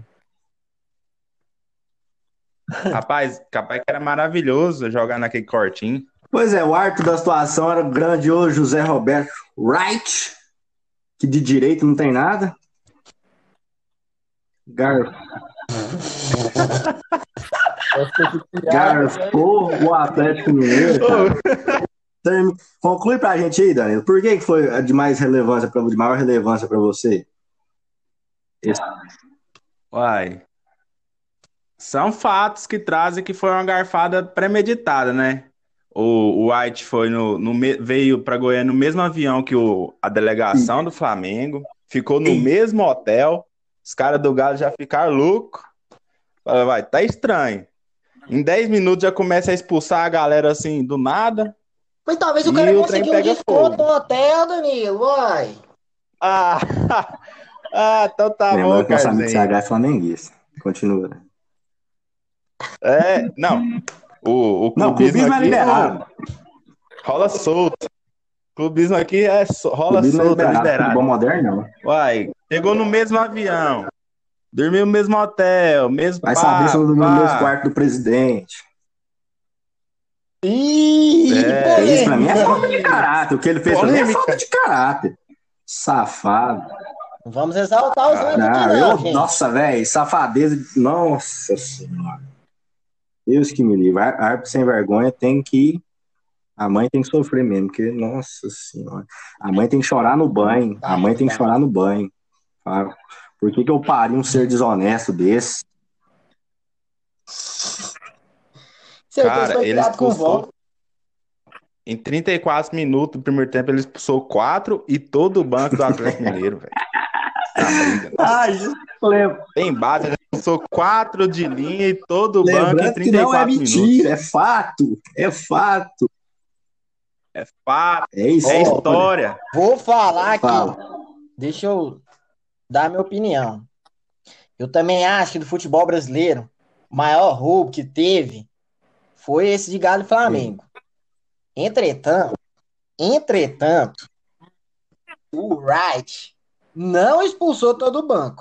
[SPEAKER 4] Rapaz, capaz que era maravilhoso jogar naquele cortinho.
[SPEAKER 1] Pois é, o árbitro da situação era o grandioso José Roberto Wright, que de direito não tem nada. Gar... Garfou o Atlético Mineiro, cara. Termi- Conclui pra gente aí, Danilo. Por que que foi a de mais relevância pra, de maior relevância pra você? Esse-
[SPEAKER 4] Uai. São fatos que trazem que foi uma garfada premeditada, né? O, o White foi no, no me- veio para Goiânia no mesmo avião que o, a delegação do Flamengo, ficou no mesmo hotel. Os caras do Galo já ficaram loucos. Fala, vai, tá estranho. Em dez minutos já começa a expulsar a galera assim do nada.
[SPEAKER 2] Mas talvez o
[SPEAKER 4] E
[SPEAKER 2] cara
[SPEAKER 4] o trem
[SPEAKER 2] conseguiu um
[SPEAKER 4] pega
[SPEAKER 2] desconto
[SPEAKER 4] fogo.
[SPEAKER 2] no hotel, Danilo, vai.
[SPEAKER 4] Ah, ah, então tá
[SPEAKER 1] Lembrando
[SPEAKER 4] bom,
[SPEAKER 1] que nosso amigo
[SPEAKER 4] Carzinho.
[SPEAKER 1] C H é flamenguista. Continua.
[SPEAKER 4] É, não. O, o
[SPEAKER 1] Não,
[SPEAKER 4] clubismo
[SPEAKER 1] clubismo é
[SPEAKER 4] aqui
[SPEAKER 1] liberado.
[SPEAKER 4] não- rola solto. Clubismo aqui é so- rola
[SPEAKER 1] Clubismo é
[SPEAKER 4] solto, é
[SPEAKER 1] liberado. Futebol
[SPEAKER 4] liberado.
[SPEAKER 1] moderno, não.
[SPEAKER 4] Uai, chegou no mesmo avião, dormiu no mesmo hotel, mesmo
[SPEAKER 1] Vai saber se
[SPEAKER 4] pá,
[SPEAKER 1] eu não dormi no mesmo
[SPEAKER 4] pá.
[SPEAKER 1] quarto do presidente.
[SPEAKER 2] Ih,
[SPEAKER 4] É,
[SPEAKER 1] Isso pra mim é
[SPEAKER 2] polêmica.
[SPEAKER 1] falta de caráter. O que ele fez pra mim é
[SPEAKER 4] Polêmica.
[SPEAKER 1] falta de caráter. Safado.
[SPEAKER 2] Não vamos exaltar os anjos aqui,
[SPEAKER 1] Não,
[SPEAKER 2] não,
[SPEAKER 1] eu,
[SPEAKER 2] gente.
[SPEAKER 1] nossa, velho, safadeza. Nossa senhora. Deus que me livre. Á- Árbitro sem vergonha tem que. A mãe tem que sofrer mesmo, porque, nossa senhora. A mãe tem que chorar no banho. A mãe tem que chorar no banho. Fala, por que, que eu pari um ser desonesto desse?
[SPEAKER 2] Certeza
[SPEAKER 4] Cara,
[SPEAKER 2] foi
[SPEAKER 4] ele
[SPEAKER 2] criado com
[SPEAKER 4] expulsou
[SPEAKER 2] vó.
[SPEAKER 4] em trinta e quatro minutos do primeiro tempo, ele expulsou quatro e todo o banco do Atlético Mineiro, velho. Essa briga.
[SPEAKER 1] Ai, lem-
[SPEAKER 4] Tem base, ele expulsou quatro de linha e todo o banco em
[SPEAKER 1] lembrando que
[SPEAKER 4] trinta e
[SPEAKER 1] não é
[SPEAKER 4] quatro
[SPEAKER 1] mentira,
[SPEAKER 4] minutos.
[SPEAKER 1] é fato. É fato.
[SPEAKER 4] É fato,
[SPEAKER 1] É isso.
[SPEAKER 4] é história.
[SPEAKER 2] Vou falar aqui.
[SPEAKER 1] Fala.
[SPEAKER 2] Deixa eu dar minha opinião. Eu também acho que do futebol brasileiro, o maior roubo que teve foi esse de Galo e Flamengo. Entretanto, entretanto, o Wright não expulsou todo o banco.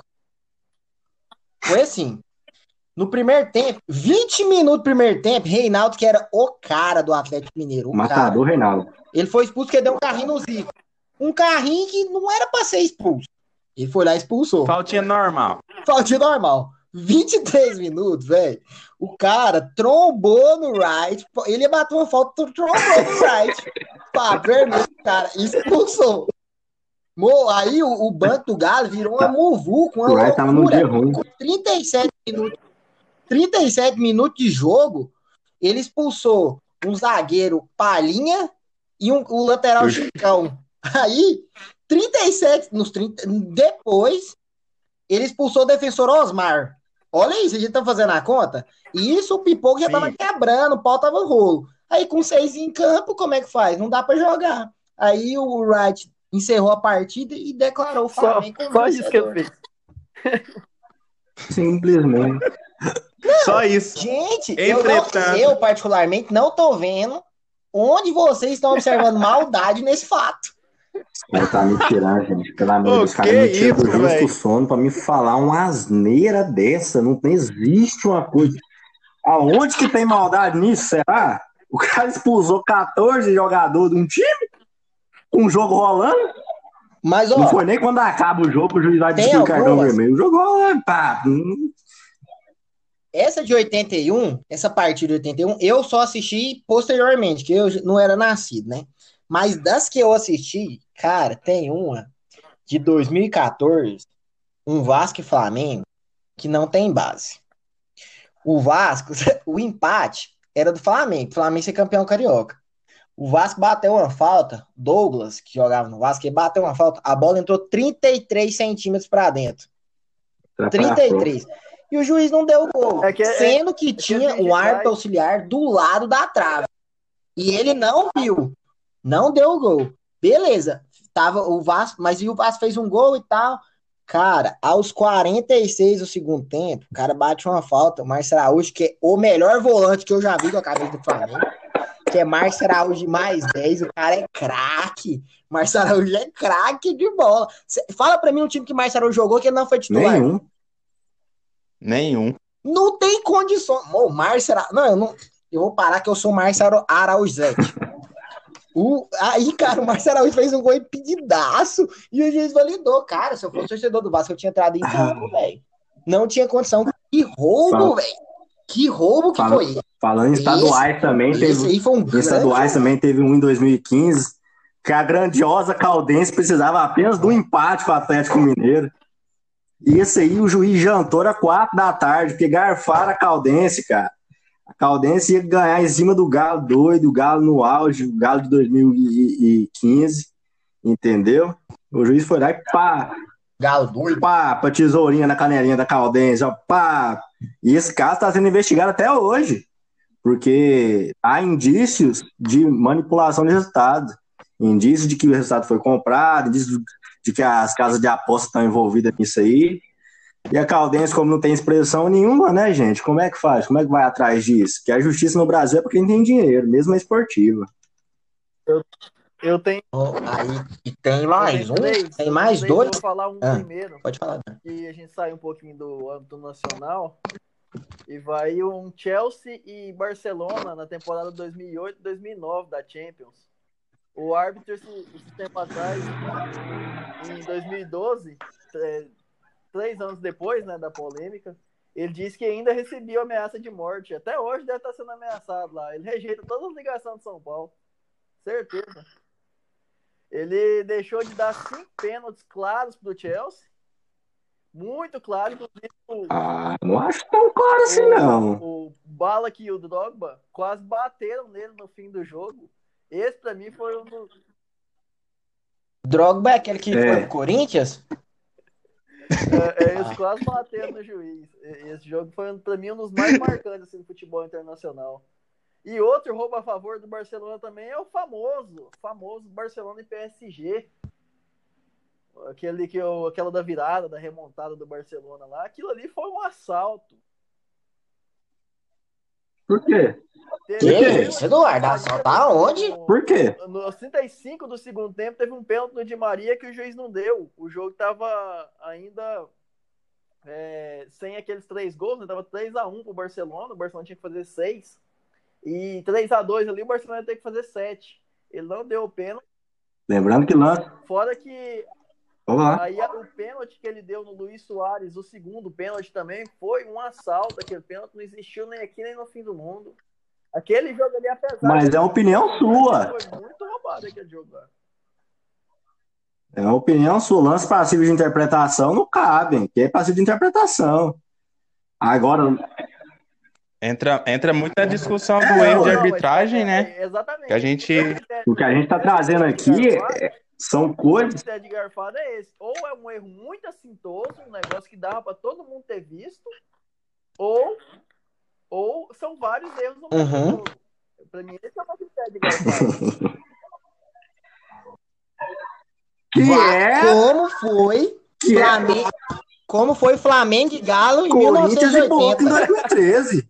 [SPEAKER 2] Foi assim. No primeiro tempo, vinte minutos do primeiro tempo, Reinaldo, que era o cara do Atlético Mineiro, o cara,
[SPEAKER 1] Matador Reinaldo.
[SPEAKER 2] ele foi expulso porque deu um carrinho no Zico. Um carrinho que não era pra ser expulso. Ele foi lá e expulsou.
[SPEAKER 4] Faltinha normal.
[SPEAKER 2] Faltinha normal. vinte e três minutos, velho. O cara trombou no Wright. Ele ia bater uma falta, trombou no Wright. Pá, vermelho, cara. Expulsou. Mo, aí o, o banco do Galo virou uma muvuca, uma
[SPEAKER 1] O Wright tava num
[SPEAKER 2] loucura.
[SPEAKER 1] dia ruim.
[SPEAKER 2] Com trinta e sete minutos. trinta e sete minutos de jogo, ele expulsou um zagueiro Palhinha e um, o lateral Chicão. Aí, trinta e sete, nos trinta, depois, ele expulsou o defensor Osmar. Olha isso, a gente tá fazendo a conta. E isso o pipoco já
[SPEAKER 4] Sim.
[SPEAKER 2] tava quebrando, o pau tava rolo. Aí, com seis em campo, como é que faz? Não dá pra jogar. Aí o Wright encerrou a partida e declarou o
[SPEAKER 3] Só,
[SPEAKER 2] Flamengo como
[SPEAKER 3] só isso que eu
[SPEAKER 2] vencedor.
[SPEAKER 3] fiz.
[SPEAKER 1] Simplesmente.
[SPEAKER 4] Só isso.
[SPEAKER 2] Gente, eu, não-
[SPEAKER 4] Entretanto-
[SPEAKER 2] eu particularmente não tô vendo onde vocês estão observando maldade nesse fato.
[SPEAKER 1] O cara tá me tirando, gente. Pelo amor de
[SPEAKER 4] Ô,
[SPEAKER 1] Deus, o cara
[SPEAKER 4] que
[SPEAKER 1] me tira do
[SPEAKER 4] isso,
[SPEAKER 1] justo
[SPEAKER 4] véi?
[SPEAKER 1] sono pra me falar uma asneira dessa. Não existe uma coisa. Aonde que tem maldade nisso, será? O cara expulsou quatorze jogadores de um time? Com um jogo rolando?
[SPEAKER 2] Mas, ó,
[SPEAKER 1] Não foi nem quando acaba o jogo, o juiz vai
[SPEAKER 2] Tem
[SPEAKER 1] distribuir o cartão
[SPEAKER 2] algumas.
[SPEAKER 1] vermelho. O jogo rolando, pá. Hum,
[SPEAKER 2] essa de oitenta e um, essa partida de oitenta e um, eu só assisti posteriormente, que eu não era nascido, né? Mas das que eu assisti, cara, tem uma de dois mil e quatorze, um Vasco e Flamengo, que não tem base. O Vasco, o empate era do Flamengo, o Flamengo ser campeão carioca. O Vasco bateu uma falta, Douglas, que jogava no Vasco, ele bateu uma falta, a bola entrou trinta e três centímetros pra dentro.
[SPEAKER 1] pra
[SPEAKER 2] trinta e três. E o juiz não deu o gol.
[SPEAKER 3] É que- é-
[SPEAKER 2] sendo que
[SPEAKER 3] é que
[SPEAKER 2] tinha
[SPEAKER 3] os
[SPEAKER 2] um árbitro
[SPEAKER 3] digitais-
[SPEAKER 2] auxiliar do lado da trave. E ele não viu. Não deu o gol. Beleza. Tava o Vasco, mas e o Vasco fez um gol e tal. Cara, aos quarenta e seis do segundo tempo, o cara bate uma falta. O Márcio Araújo, que é o melhor volante que eu já vi com a cabeça do Flamengo. Que é Márcio Araújo mais dez. O cara é craque. Márcio Araújo é craque de bola. Cê, fala pra mim um time que Márcio Araújo jogou que ele não foi titular.
[SPEAKER 1] Nenhum.
[SPEAKER 4] Nenhum.
[SPEAKER 2] Não tem condição. O Márcio Araújo. Não, eu não. Eu vou parar que eu sou o Márcio Araújete. O... Aí, cara, o Márcio Araújo fez um gol impedidaço e o juiz validou. Cara, se eu fosse torcedor do Vasco, eu tinha entrado em campo, velho. Não tinha condição. Que roubo,
[SPEAKER 1] Fala.
[SPEAKER 2] velho. Que roubo que
[SPEAKER 1] Fala.
[SPEAKER 2] foi.
[SPEAKER 1] Falando em estaduais também,
[SPEAKER 2] Esse
[SPEAKER 1] teve.
[SPEAKER 2] aí foi um
[SPEAKER 1] Em
[SPEAKER 2] grande
[SPEAKER 1] estaduais
[SPEAKER 2] jogo.
[SPEAKER 1] também teve um em dois mil e quinze, que a grandiosa Caldense precisava apenas do empate com o Atlético Mineiro. E esse aí o juiz jantou às quatro da tarde, porque garfaram a Caldense, cara. A Caldense ia ganhar em cima do Galo doido, o Galo no auge, o Galo de dois mil e quinze, entendeu? O juiz foi lá e pá,
[SPEAKER 2] Galo doido.
[SPEAKER 1] pá, pra tesourinha na canelinha da Caldense, ó, pá. E esse caso está sendo investigado até hoje, porque há indícios de manipulação de resultado, indícios de que o resultado foi comprado, indícios de que as casas de aposta estão envolvidas nisso aí. E a Caldense, como não tem expressão nenhuma, né, gente? Como é que faz? Como é que vai atrás disso? Que a justiça no Brasil é pra quem tem dinheiro, mesmo a esportiva.
[SPEAKER 3] Eu, eu tenho.
[SPEAKER 2] Oh, aí e tem mais
[SPEAKER 3] eu
[SPEAKER 2] um?
[SPEAKER 3] tenho três,
[SPEAKER 2] Tem mais
[SPEAKER 3] três,
[SPEAKER 2] dois?
[SPEAKER 3] Eu vou falar um
[SPEAKER 2] ah,
[SPEAKER 3] primeiro.
[SPEAKER 2] Pode falar.
[SPEAKER 3] Que a gente sai um pouquinho do âmbito nacional. E vai um Chelsea e Barcelona na temporada dois mil e oito dois mil e nove da Champions. O árbitro, esse, esse tempo atrás, em dois mil e doze, é, três anos depois, né, da polêmica, ele disse que ainda recebia ameaça de morte. Até hoje deve estar sendo ameaçado lá. Ele rejeita todas as ligações de São Paulo. Certeza. Ele deixou de dar cinco pênaltis claros pro Chelsea. Muito claro, inclusive. O,
[SPEAKER 1] ah, não acho tão claro assim,
[SPEAKER 3] o,
[SPEAKER 1] não.
[SPEAKER 3] O Ballack e o Drogba quase bateram nele no fim do jogo. Esse, pra mim, foi um dos...
[SPEAKER 2] Drogba é aquele que
[SPEAKER 1] é.
[SPEAKER 2] foi pro Corinthians?
[SPEAKER 3] É, é, eles quase bateram no juiz. Esse jogo foi, pra mim, um dos mais marcantes assim, do futebol internacional. E outro roubo a favor do Barcelona também é o famoso, famoso Barcelona e P S G. Aquele que eu, aquela da virada, da remontada do Barcelona lá. Aquilo ali foi um assalto.
[SPEAKER 1] Por quê?
[SPEAKER 2] Que isso, Eduardo? Assaltar onde?
[SPEAKER 1] Por quê?
[SPEAKER 3] Nos trinta e cinco do segundo tempo, teve um pênalti no Di Maria que o juiz não deu. O jogo tava ainda é, sem aqueles três gols, né? Tava três a um pro Barcelona. O Barcelona tinha que fazer seis. E três a dois ali, o Barcelona ia ter que fazer sete. Ele não deu o pênalti.
[SPEAKER 1] Lembrando que lança.
[SPEAKER 3] Fora que
[SPEAKER 1] Olá.
[SPEAKER 3] aí o pênalti que ele deu no Luiz Soares, o segundo pênalti também, foi um assalto. Aquele pênalti não existiu nem aqui nem no fim do mundo. Aquele jogo ali, apesar...
[SPEAKER 1] Mas é uma opinião sua.
[SPEAKER 3] Foi muito roubado aquele jogo lá.
[SPEAKER 1] É uma opinião sua. Lance passivo de interpretação não cabe, que é passivo de interpretação. Agora...
[SPEAKER 4] Entra, entra muito na discussão do é, erro de arbitragem,
[SPEAKER 3] não,
[SPEAKER 4] né?
[SPEAKER 3] É, exatamente.
[SPEAKER 4] Que a gente...
[SPEAKER 1] O que a gente tá trazendo aqui é, são coisas...
[SPEAKER 3] O de garfada é esse. Ou é um erro muito assintoso, um negócio que dava pra todo mundo ter visto, ou, ou são vários erros no mesmo
[SPEAKER 2] Uhum.
[SPEAKER 3] jogo. Pra mim, esse é o critério de garfada.
[SPEAKER 1] Que é...
[SPEAKER 2] Como foi
[SPEAKER 1] Que
[SPEAKER 2] Flamengo... é... Como foi Flamengo e Galo em
[SPEAKER 1] Corinthians
[SPEAKER 2] mil novecentos e oitenta.
[SPEAKER 1] E Boca em dois mil e treze.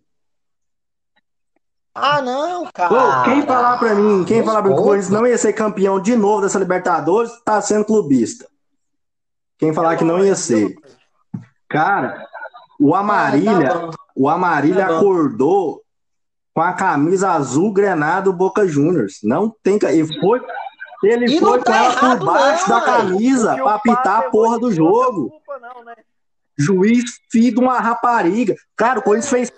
[SPEAKER 2] Ah, não, cara.
[SPEAKER 1] Ô, quem falar pra mim, quem falar pra mim que o Corinthians não ia ser campeão de novo dessa Libertadores, tá sendo clubista. Quem falar que não ia ser. Cara, o Amarília,
[SPEAKER 2] ah, tá
[SPEAKER 1] o Amarília
[SPEAKER 2] tá
[SPEAKER 1] acordou com a camisa azul Grenado Boca Juniors. Não tem... E foi... Ele
[SPEAKER 2] e
[SPEAKER 1] foi
[SPEAKER 2] tá
[SPEAKER 1] com ela por baixo
[SPEAKER 2] não,
[SPEAKER 1] da camisa pra apitar a porra do jogo.
[SPEAKER 3] Culpa, não, né?
[SPEAKER 1] Juiz filho de uma rapariga. Cara, o Corinthians fez...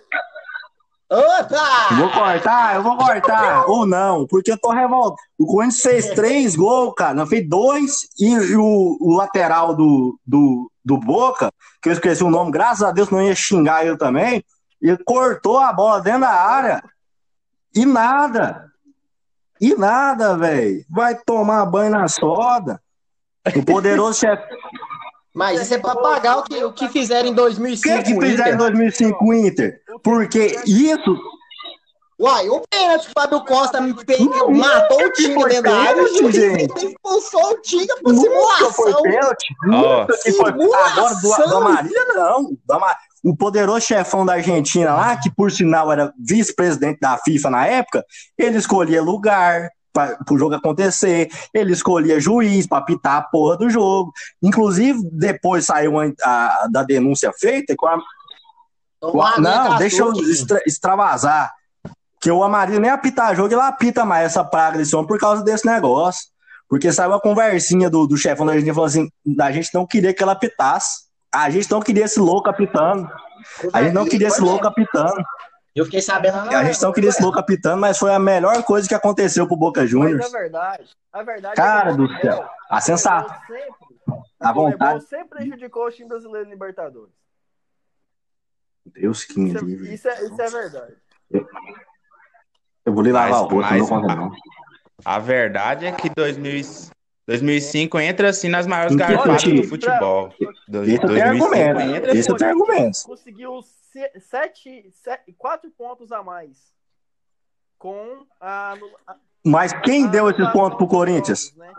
[SPEAKER 2] Opa!
[SPEAKER 1] Vou cortar, eu vou cortar. Ou não, porque eu tô revoltado. O Corinthians fez três gols, cara. Não, fez dois e, e o, o lateral do, do, do Boca, que eu esqueci o nome, graças a Deus não ia xingar ele também, ele cortou a bola dentro da área. E nada. E nada, velho. Vai tomar banho na soda. O poderoso chefe...
[SPEAKER 2] Mas isso é pra pagar o que, o que fizeram em dois mil e cinco.
[SPEAKER 1] O que, que fizeram em dois mil e cinco o Inter? Porque isso...
[SPEAKER 2] Uai, o pênalti, o Fábio Costa fez, não, matou o time dentro da área e o juiz expulsou o time por simulação.
[SPEAKER 1] Foi pênalti.
[SPEAKER 4] Oh.
[SPEAKER 1] Simulação. Agora, do, do Amarília, não. Do Amar... O poderoso chefão da Argentina lá, que por sinal era vice-presidente da FIFA na época, ele escolhia lugar para o jogo acontecer, ele escolhia juiz para apitar a porra do jogo. Inclusive, depois saiu a, a, da denúncia feita com a... Com a... Não, deixa eu extra, extravasar. Que o Amarília nem apitar jogo, ele apita mais essa praga desse homem por causa desse negócio. Porque saiu a conversinha do, do chefão da Argentina falando assim: a gente não queria que ela apitasse. A gente não queria esse louco apitando. A gente não queria esse louco apitando.
[SPEAKER 2] Eu fiquei sabendo.
[SPEAKER 1] A gente não queria esse louco apitando, mas foi a melhor coisa que aconteceu pro Boca Juniors.
[SPEAKER 3] Mas a verdade, a verdade
[SPEAKER 1] Cara
[SPEAKER 3] é que
[SPEAKER 1] do céu, a sensação. A vontade.
[SPEAKER 3] sempre prejudicou o time brasileiro em Libertadores.
[SPEAKER 1] Deus que me livre.
[SPEAKER 3] Isso é, isso é verdade.
[SPEAKER 1] Eu vou lhe lavar
[SPEAKER 4] Mas,
[SPEAKER 1] o rosto, não
[SPEAKER 4] mas
[SPEAKER 1] dou conta,
[SPEAKER 4] a,
[SPEAKER 1] não.
[SPEAKER 4] a verdade é que dois mil, e- dois mil e cinco entra assim nas maiores
[SPEAKER 1] Em que
[SPEAKER 3] Olha,
[SPEAKER 4] garfadas do
[SPEAKER 1] sentido?
[SPEAKER 3] pra,
[SPEAKER 4] futebol. Do-
[SPEAKER 1] Esse eu tenho
[SPEAKER 4] dois mil e cinco
[SPEAKER 1] argumento.
[SPEAKER 4] entra
[SPEAKER 3] o
[SPEAKER 1] Esse eu
[SPEAKER 4] assim.
[SPEAKER 1] tenho
[SPEAKER 3] Corinthians
[SPEAKER 1] argumentos.
[SPEAKER 3] conseguiu se- sete, sete, quatro pontos a mais com a, anula- a-
[SPEAKER 1] Mas quem
[SPEAKER 3] a
[SPEAKER 1] deu esses pontos
[SPEAKER 3] anulação
[SPEAKER 1] pro
[SPEAKER 3] dos
[SPEAKER 1] Corinthians?
[SPEAKER 3] jogos, né?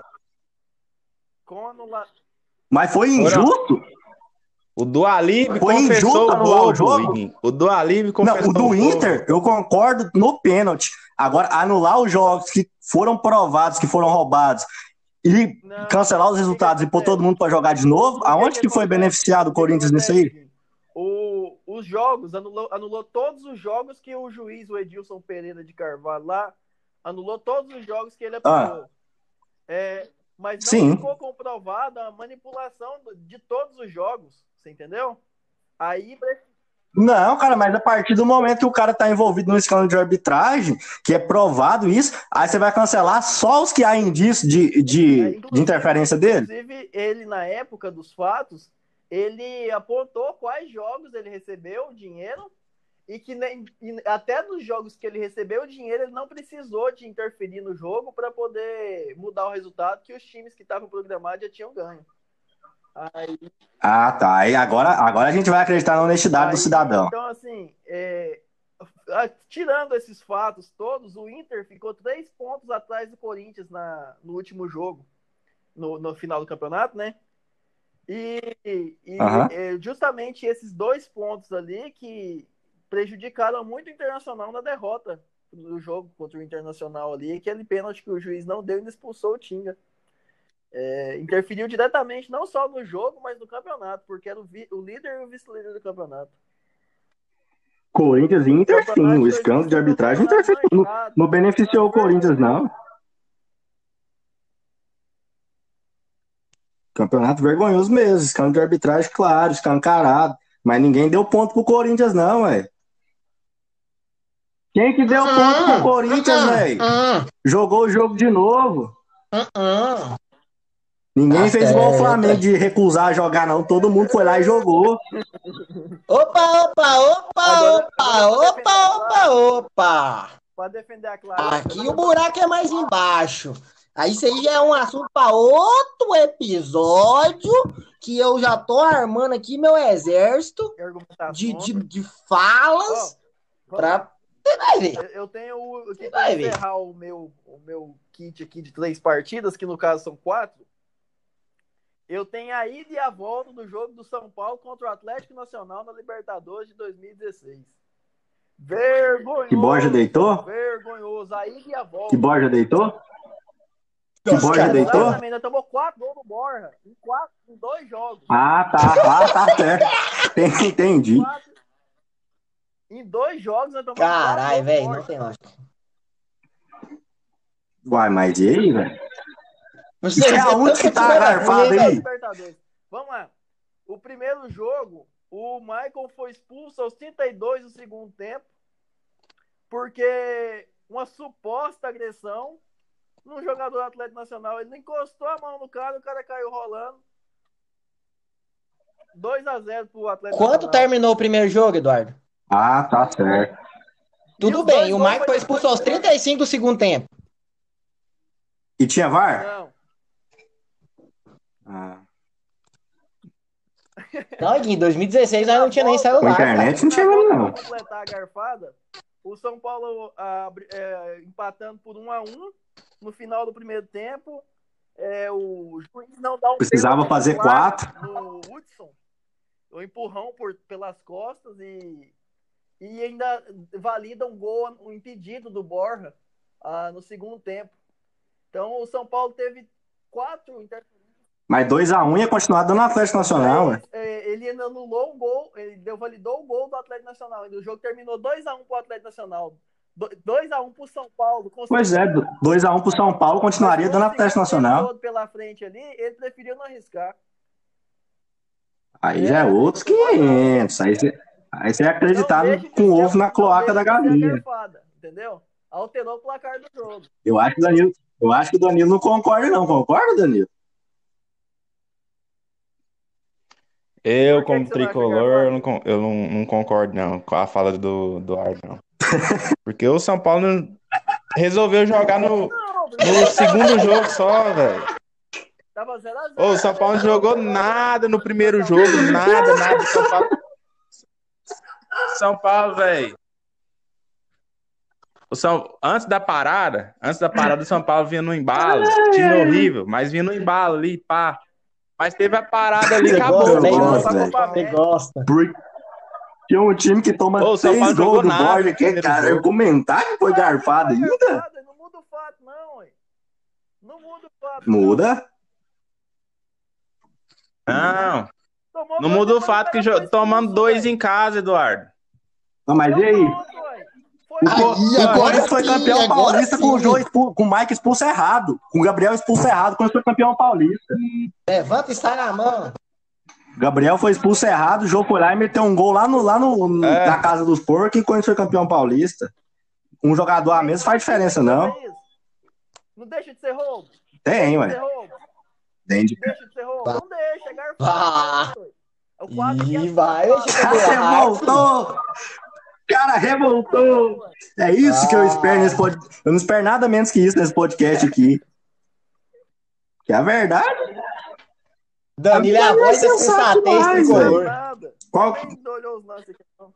[SPEAKER 3] Com anula...
[SPEAKER 1] Mas foi
[SPEAKER 4] Foram,
[SPEAKER 1] injusto?
[SPEAKER 4] o Dualib
[SPEAKER 1] Foi
[SPEAKER 4] confessou
[SPEAKER 1] injusto
[SPEAKER 4] o
[SPEAKER 1] anular o
[SPEAKER 4] roubo,
[SPEAKER 1] jogo?
[SPEAKER 4] Iguinho. O Dualib
[SPEAKER 1] Não, o
[SPEAKER 4] confessou o
[SPEAKER 1] do
[SPEAKER 4] roubo.
[SPEAKER 1] Inter, eu concordo no pênalti. Agora, anular os jogos que foram provados, que foram roubados, e
[SPEAKER 3] Não,
[SPEAKER 1] cancelar os
[SPEAKER 3] o que que
[SPEAKER 1] resultados e pôr todo
[SPEAKER 3] acontece?
[SPEAKER 1] mundo para jogar de novo,
[SPEAKER 3] O que
[SPEAKER 1] aonde
[SPEAKER 3] que
[SPEAKER 1] que foi
[SPEAKER 3] acontece?
[SPEAKER 1] beneficiado o
[SPEAKER 3] O que que
[SPEAKER 1] Corinthians nisso
[SPEAKER 3] acontece,
[SPEAKER 1] aí?
[SPEAKER 3] Gui? O, os jogos, anulou, anulou todos os jogos que o juiz, o Edilson Pereira de Carvalho lá, anulou todos os jogos que ele apitou.
[SPEAKER 1] Ah,
[SPEAKER 3] É, mas não
[SPEAKER 1] sim.
[SPEAKER 3] ficou comprovada a manipulação do- de todos os jogos, você entendeu? Aí,
[SPEAKER 1] Não, cara, mas a partir do momento que o cara tá envolvido num escândalo de arbitragem, que é provado isso, aí você vai cancelar só os que há indício de,
[SPEAKER 3] é,
[SPEAKER 1] de, de
[SPEAKER 3] inclusive,
[SPEAKER 1] interferência dele?
[SPEAKER 3] inclusive, ele, na época dos fatos, ele apontou quais jogos ele recebeu o dinheiro e que nem, e até nos jogos que ele recebeu o dinheiro, ele não precisou de interferir no jogo para poder mudar o resultado que os times que estavam programados já tinham ganho. Aí,
[SPEAKER 1] Ah, tá. Aí agora, agora a gente vai acreditar na honestidade do
[SPEAKER 3] aí
[SPEAKER 1] cidadão.
[SPEAKER 3] então, assim, é, a- tirando esses fatos todos, o Inter ficou três pontos atrás do Corinthians na, no último jogo, no, no final do campeonato, né? E, e
[SPEAKER 1] Aham.
[SPEAKER 3] é, justamente esses dois pontos ali que prejudicaram muito o Internacional na derrota do jogo contra o Internacional ali, aquele pênalti que o juiz não deu e ainda expulsou o Tinga. É, interferiu diretamente não só no jogo, mas no campeonato, porque era o, vi- o líder e o vice-líder do campeonato.
[SPEAKER 1] Corinthians e
[SPEAKER 3] O
[SPEAKER 1] Inter, sim.
[SPEAKER 3] campeonato
[SPEAKER 1] O
[SPEAKER 3] de
[SPEAKER 1] escândalo de
[SPEAKER 3] dois mil e cinco é um
[SPEAKER 1] arbitragem
[SPEAKER 3] campeonato
[SPEAKER 1] interferiu. Não,
[SPEAKER 3] manchado,
[SPEAKER 1] não
[SPEAKER 3] um
[SPEAKER 1] beneficiou o
[SPEAKER 3] campeonato
[SPEAKER 1] Corinthians,
[SPEAKER 3] vergonhoso.
[SPEAKER 1] não. Campeonato vergonhoso mesmo. Escândalo de arbitragem, claro, escancarado. Mas ninguém deu ponto pro Corinthians, não, velho. Quem que deu ponto pro
[SPEAKER 2] Hum,
[SPEAKER 1] Corinthians,
[SPEAKER 2] hum,
[SPEAKER 1] velho?
[SPEAKER 2] hum,
[SPEAKER 1] Jogou o jogo de novo.
[SPEAKER 2] hum, hum.
[SPEAKER 1] Ninguém
[SPEAKER 2] Tá
[SPEAKER 1] fez igual o
[SPEAKER 2] certo.
[SPEAKER 1] Flamengo de recusar jogar, não. Todo mundo foi lá e jogou.
[SPEAKER 2] Opa, opa, opa,
[SPEAKER 3] Agora,
[SPEAKER 2] opa,
[SPEAKER 3] agora para defender a
[SPEAKER 2] opa,
[SPEAKER 3] Clara,
[SPEAKER 2] opa, opa.
[SPEAKER 3] para defender a Clara,
[SPEAKER 2] Aqui o buraco é mais embaixo. Aí isso aí já é um assunto para outro episódio que eu já tô armando aqui meu exército de,
[SPEAKER 3] argumentações.
[SPEAKER 2] de, de falas
[SPEAKER 3] Ó,
[SPEAKER 2] para você vai ver.
[SPEAKER 3] eu- eu tenho o- aqui
[SPEAKER 2] Você
[SPEAKER 3] para
[SPEAKER 2] vai ver.
[SPEAKER 3] encerrar o meu, o meu kit aqui de três partidas, que no caso são quatro. Eu tenho a ida e a volta do jogo do São Paulo contra o Atlético Nacional na Libertadores de dois mil e dezesseis. Vergonhoso.
[SPEAKER 1] Que Borja deitou?
[SPEAKER 3] Vergonhoso. A ida e a volta.
[SPEAKER 1] Que Borja deitou? Que
[SPEAKER 2] Nossa,
[SPEAKER 1] Borja
[SPEAKER 2] cara,
[SPEAKER 1] deitou?
[SPEAKER 3] Exatamente. Nós tomou quatro gols do Borja em, quatro, em dois jogos.
[SPEAKER 1] Ah, tá. Ah, tá certo. Entendi.
[SPEAKER 3] Quatro, em dois jogos nós tomamos
[SPEAKER 2] Caralho,
[SPEAKER 3] quatro
[SPEAKER 2] velho,
[SPEAKER 3] gols do
[SPEAKER 2] não tem
[SPEAKER 3] Borja.
[SPEAKER 2] lógica.
[SPEAKER 1] Uai, mas e aí, velho?
[SPEAKER 2] Você,
[SPEAKER 1] Isso é
[SPEAKER 2] você
[SPEAKER 1] aonde
[SPEAKER 2] tá
[SPEAKER 1] que tá
[SPEAKER 2] continuando a
[SPEAKER 1] garfado
[SPEAKER 2] ver,
[SPEAKER 1] aí?
[SPEAKER 2] velho.
[SPEAKER 3] Libertadores. Vamos lá. O primeiro jogo, o Michael foi expulso aos trinta e dois do segundo tempo, porque uma suposta agressão num jogador do Atlético Nacional. Ele não encostou a mão no cara, o cara caiu rolando. dois a zero pro Atlético
[SPEAKER 2] Quanto
[SPEAKER 3] Nacional.
[SPEAKER 2] terminou o primeiro jogo, Eduardo?
[SPEAKER 1] Ah, tá certo.
[SPEAKER 3] E
[SPEAKER 2] Tudo
[SPEAKER 3] os
[SPEAKER 2] bem,
[SPEAKER 3] dois
[SPEAKER 2] o
[SPEAKER 3] gols
[SPEAKER 2] Mike foi
[SPEAKER 3] foi
[SPEAKER 2] expulso
[SPEAKER 3] depois
[SPEAKER 2] aos
[SPEAKER 3] do
[SPEAKER 2] trinta e cinco do segundo tempo.
[SPEAKER 1] E tinha V A R?
[SPEAKER 3] Não.
[SPEAKER 1] Ah.
[SPEAKER 2] Não, em dois mil e dezesseis nós
[SPEAKER 3] Na
[SPEAKER 2] não tinha nem
[SPEAKER 3] volta-
[SPEAKER 1] Com
[SPEAKER 2] celular,
[SPEAKER 1] internet
[SPEAKER 2] cara.
[SPEAKER 1] não tinha
[SPEAKER 3] Na volta,
[SPEAKER 1] não.
[SPEAKER 3] pra completar a garfada, o São Paulo abre- é, empatando por um a um no final do primeiro tempo. É, o juiz não dá um
[SPEAKER 1] Precisava
[SPEAKER 3] pênalti
[SPEAKER 1] fazer
[SPEAKER 3] claro
[SPEAKER 1] quatro.
[SPEAKER 3] no Hudson, o empurrão por, pelas costas e, e ainda valida um gol, um impedido do Borja ah, no segundo tempo. Então o São Paulo teve quatro interferências.
[SPEAKER 1] Mas dois a um ia continuar dando Atlético Nacional, ué.
[SPEAKER 3] É, ele ainda anulou um gol, ele deu, validou o gol do Atlético Nacional. O jogo terminou dois a um pro Atlético Nacional. dois a um pro São Paulo.
[SPEAKER 1] Pois é, dois a um pro São Paulo continuaria
[SPEAKER 3] Mas
[SPEAKER 1] dando
[SPEAKER 3] com o
[SPEAKER 1] Atlético
[SPEAKER 3] segundo tempo
[SPEAKER 1] Nacional.
[SPEAKER 3] todo pela frente ali, ele preferiu não arriscar.
[SPEAKER 1] Aí já é outros quinhentos. Aí você, aí você é acreditado
[SPEAKER 3] Não deixa de
[SPEAKER 1] com
[SPEAKER 3] ser-
[SPEAKER 1] ovo na
[SPEAKER 3] não
[SPEAKER 1] cloaca
[SPEAKER 3] deixa
[SPEAKER 1] da
[SPEAKER 3] de ser a
[SPEAKER 1] galinha.
[SPEAKER 3] garfada, entendeu? Alterou o placar do jogo.
[SPEAKER 1] Eu acho que o Danilo, eu acho que o Danilo não concorda, não. Concorda, Danilo?
[SPEAKER 4] Eu,
[SPEAKER 3] Por que
[SPEAKER 4] como
[SPEAKER 3] que você não acha
[SPEAKER 4] tricolor,
[SPEAKER 3] garfado?
[SPEAKER 4] eu, não, con- eu não, não concordo não com a fala do, do Ardo, não. Porque o São Paulo não- resolveu jogar no, no segundo jogo só, velho.
[SPEAKER 3] Tava zero a zero.
[SPEAKER 4] Ô, o São Paulo não jogou nada no primeiro jogo, nada, nada. São Paulo, São Paulo, velho. O São, antes da parada, antes da parada, o São Paulo vinha no embalo. Time horrível, mas vinha no embalo ali, pá. Mas teve a parada ali,
[SPEAKER 2] Você
[SPEAKER 4] acabou.
[SPEAKER 2] gosta, né,
[SPEAKER 1] eu
[SPEAKER 2] Igor?
[SPEAKER 1] gosto, velho.
[SPEAKER 2] Você gosta.
[SPEAKER 1] Porque um time que toma
[SPEAKER 4] Ô, o São
[SPEAKER 1] seis
[SPEAKER 4] Paulo
[SPEAKER 1] gols
[SPEAKER 4] jogou
[SPEAKER 1] do
[SPEAKER 4] nada
[SPEAKER 1] Borja,
[SPEAKER 4] no
[SPEAKER 1] que
[SPEAKER 4] primeiro
[SPEAKER 1] cara, eu
[SPEAKER 4] jogo.
[SPEAKER 1] comentar que foi garfado ainda?
[SPEAKER 3] Garfada, não muda o fato, não, ué. Não muda o fato.
[SPEAKER 1] Muda.
[SPEAKER 4] Não,
[SPEAKER 3] Tomou
[SPEAKER 4] não
[SPEAKER 3] dois
[SPEAKER 4] muda o
[SPEAKER 3] depois
[SPEAKER 4] fato
[SPEAKER 3] cara
[SPEAKER 4] que
[SPEAKER 3] foi
[SPEAKER 4] jo-
[SPEAKER 3] expulso,
[SPEAKER 4] tomando dois
[SPEAKER 3] ué.
[SPEAKER 4] em casa, Eduardo.
[SPEAKER 1] Não, mas e
[SPEAKER 3] Então
[SPEAKER 1] aí?
[SPEAKER 3] pronto, ué. Foi
[SPEAKER 1] O,
[SPEAKER 2] Aí,
[SPEAKER 1] Co- o
[SPEAKER 2] agora
[SPEAKER 1] Corinthians foi
[SPEAKER 2] sim,
[SPEAKER 1] campeão
[SPEAKER 2] agora
[SPEAKER 1] paulista com o,
[SPEAKER 2] sim.
[SPEAKER 1] Jô expul- com o Mike expulso errado. Com o Gabriel expulso errado quando foi campeão paulista.
[SPEAKER 2] Levanta e sai na mão.
[SPEAKER 1] O Gabriel foi expulso errado, o Jô foi lá e meteu um gol lá, no, lá no, no-
[SPEAKER 4] É.
[SPEAKER 1] na casa dos porcos e quando foi campeão paulista. Um jogador a menos faz diferença, não.
[SPEAKER 3] Isso. Não deixa de ser roubo.
[SPEAKER 1] Tem,
[SPEAKER 3] Deixa de ser
[SPEAKER 1] ué.
[SPEAKER 3] roubo.
[SPEAKER 1] Tem de...
[SPEAKER 3] Deixa de ser roubo.
[SPEAKER 2] Vai.
[SPEAKER 3] Não deixa, é garfado.
[SPEAKER 2] Ah.
[SPEAKER 3] É o quadro que
[SPEAKER 2] Ih,
[SPEAKER 3] é
[SPEAKER 2] vai,
[SPEAKER 3] garfado.
[SPEAKER 2] deixa eu
[SPEAKER 1] Cara,
[SPEAKER 2] ver a
[SPEAKER 1] revoltou! Cara, revoltou! É isso que eu espero nesse podcast. Eu não espero nada menos que isso nesse podcast aqui. Que é a verdade.
[SPEAKER 2] Danilo é a voz da sensatez
[SPEAKER 1] demais,
[SPEAKER 2] tricolor.
[SPEAKER 3] Nada.
[SPEAKER 1] Qual-
[SPEAKER 3] Nem olhou os lances aqui, não.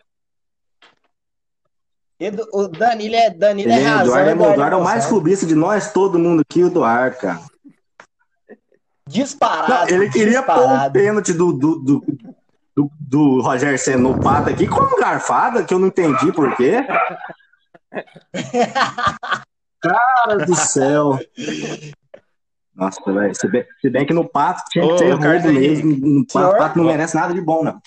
[SPEAKER 2] Edu- O Danilo é, Danilo é
[SPEAKER 1] Ele,
[SPEAKER 2] razão.
[SPEAKER 1] Eduardo é,
[SPEAKER 2] Eduardo
[SPEAKER 1] Eduardo é o mais
[SPEAKER 2] emoção.
[SPEAKER 1] clubista de nós, todo mundo aqui, o Eduardo, cara.
[SPEAKER 2] Disparado.
[SPEAKER 1] Não, ele queria pôr o
[SPEAKER 2] disparado.
[SPEAKER 1] pênalti do, do, do, do, do Rogério Ceni no pato aqui como garfada, que eu não entendi por quê. Cara do céu. Nossa, velho. Se bem, se bem que no pato tinha que
[SPEAKER 4] Ô,
[SPEAKER 1] ser
[SPEAKER 4] ô, Carlos
[SPEAKER 1] roubo mesmo. No pato,
[SPEAKER 2] Senhor?
[SPEAKER 1] pato não merece nada de bom, não.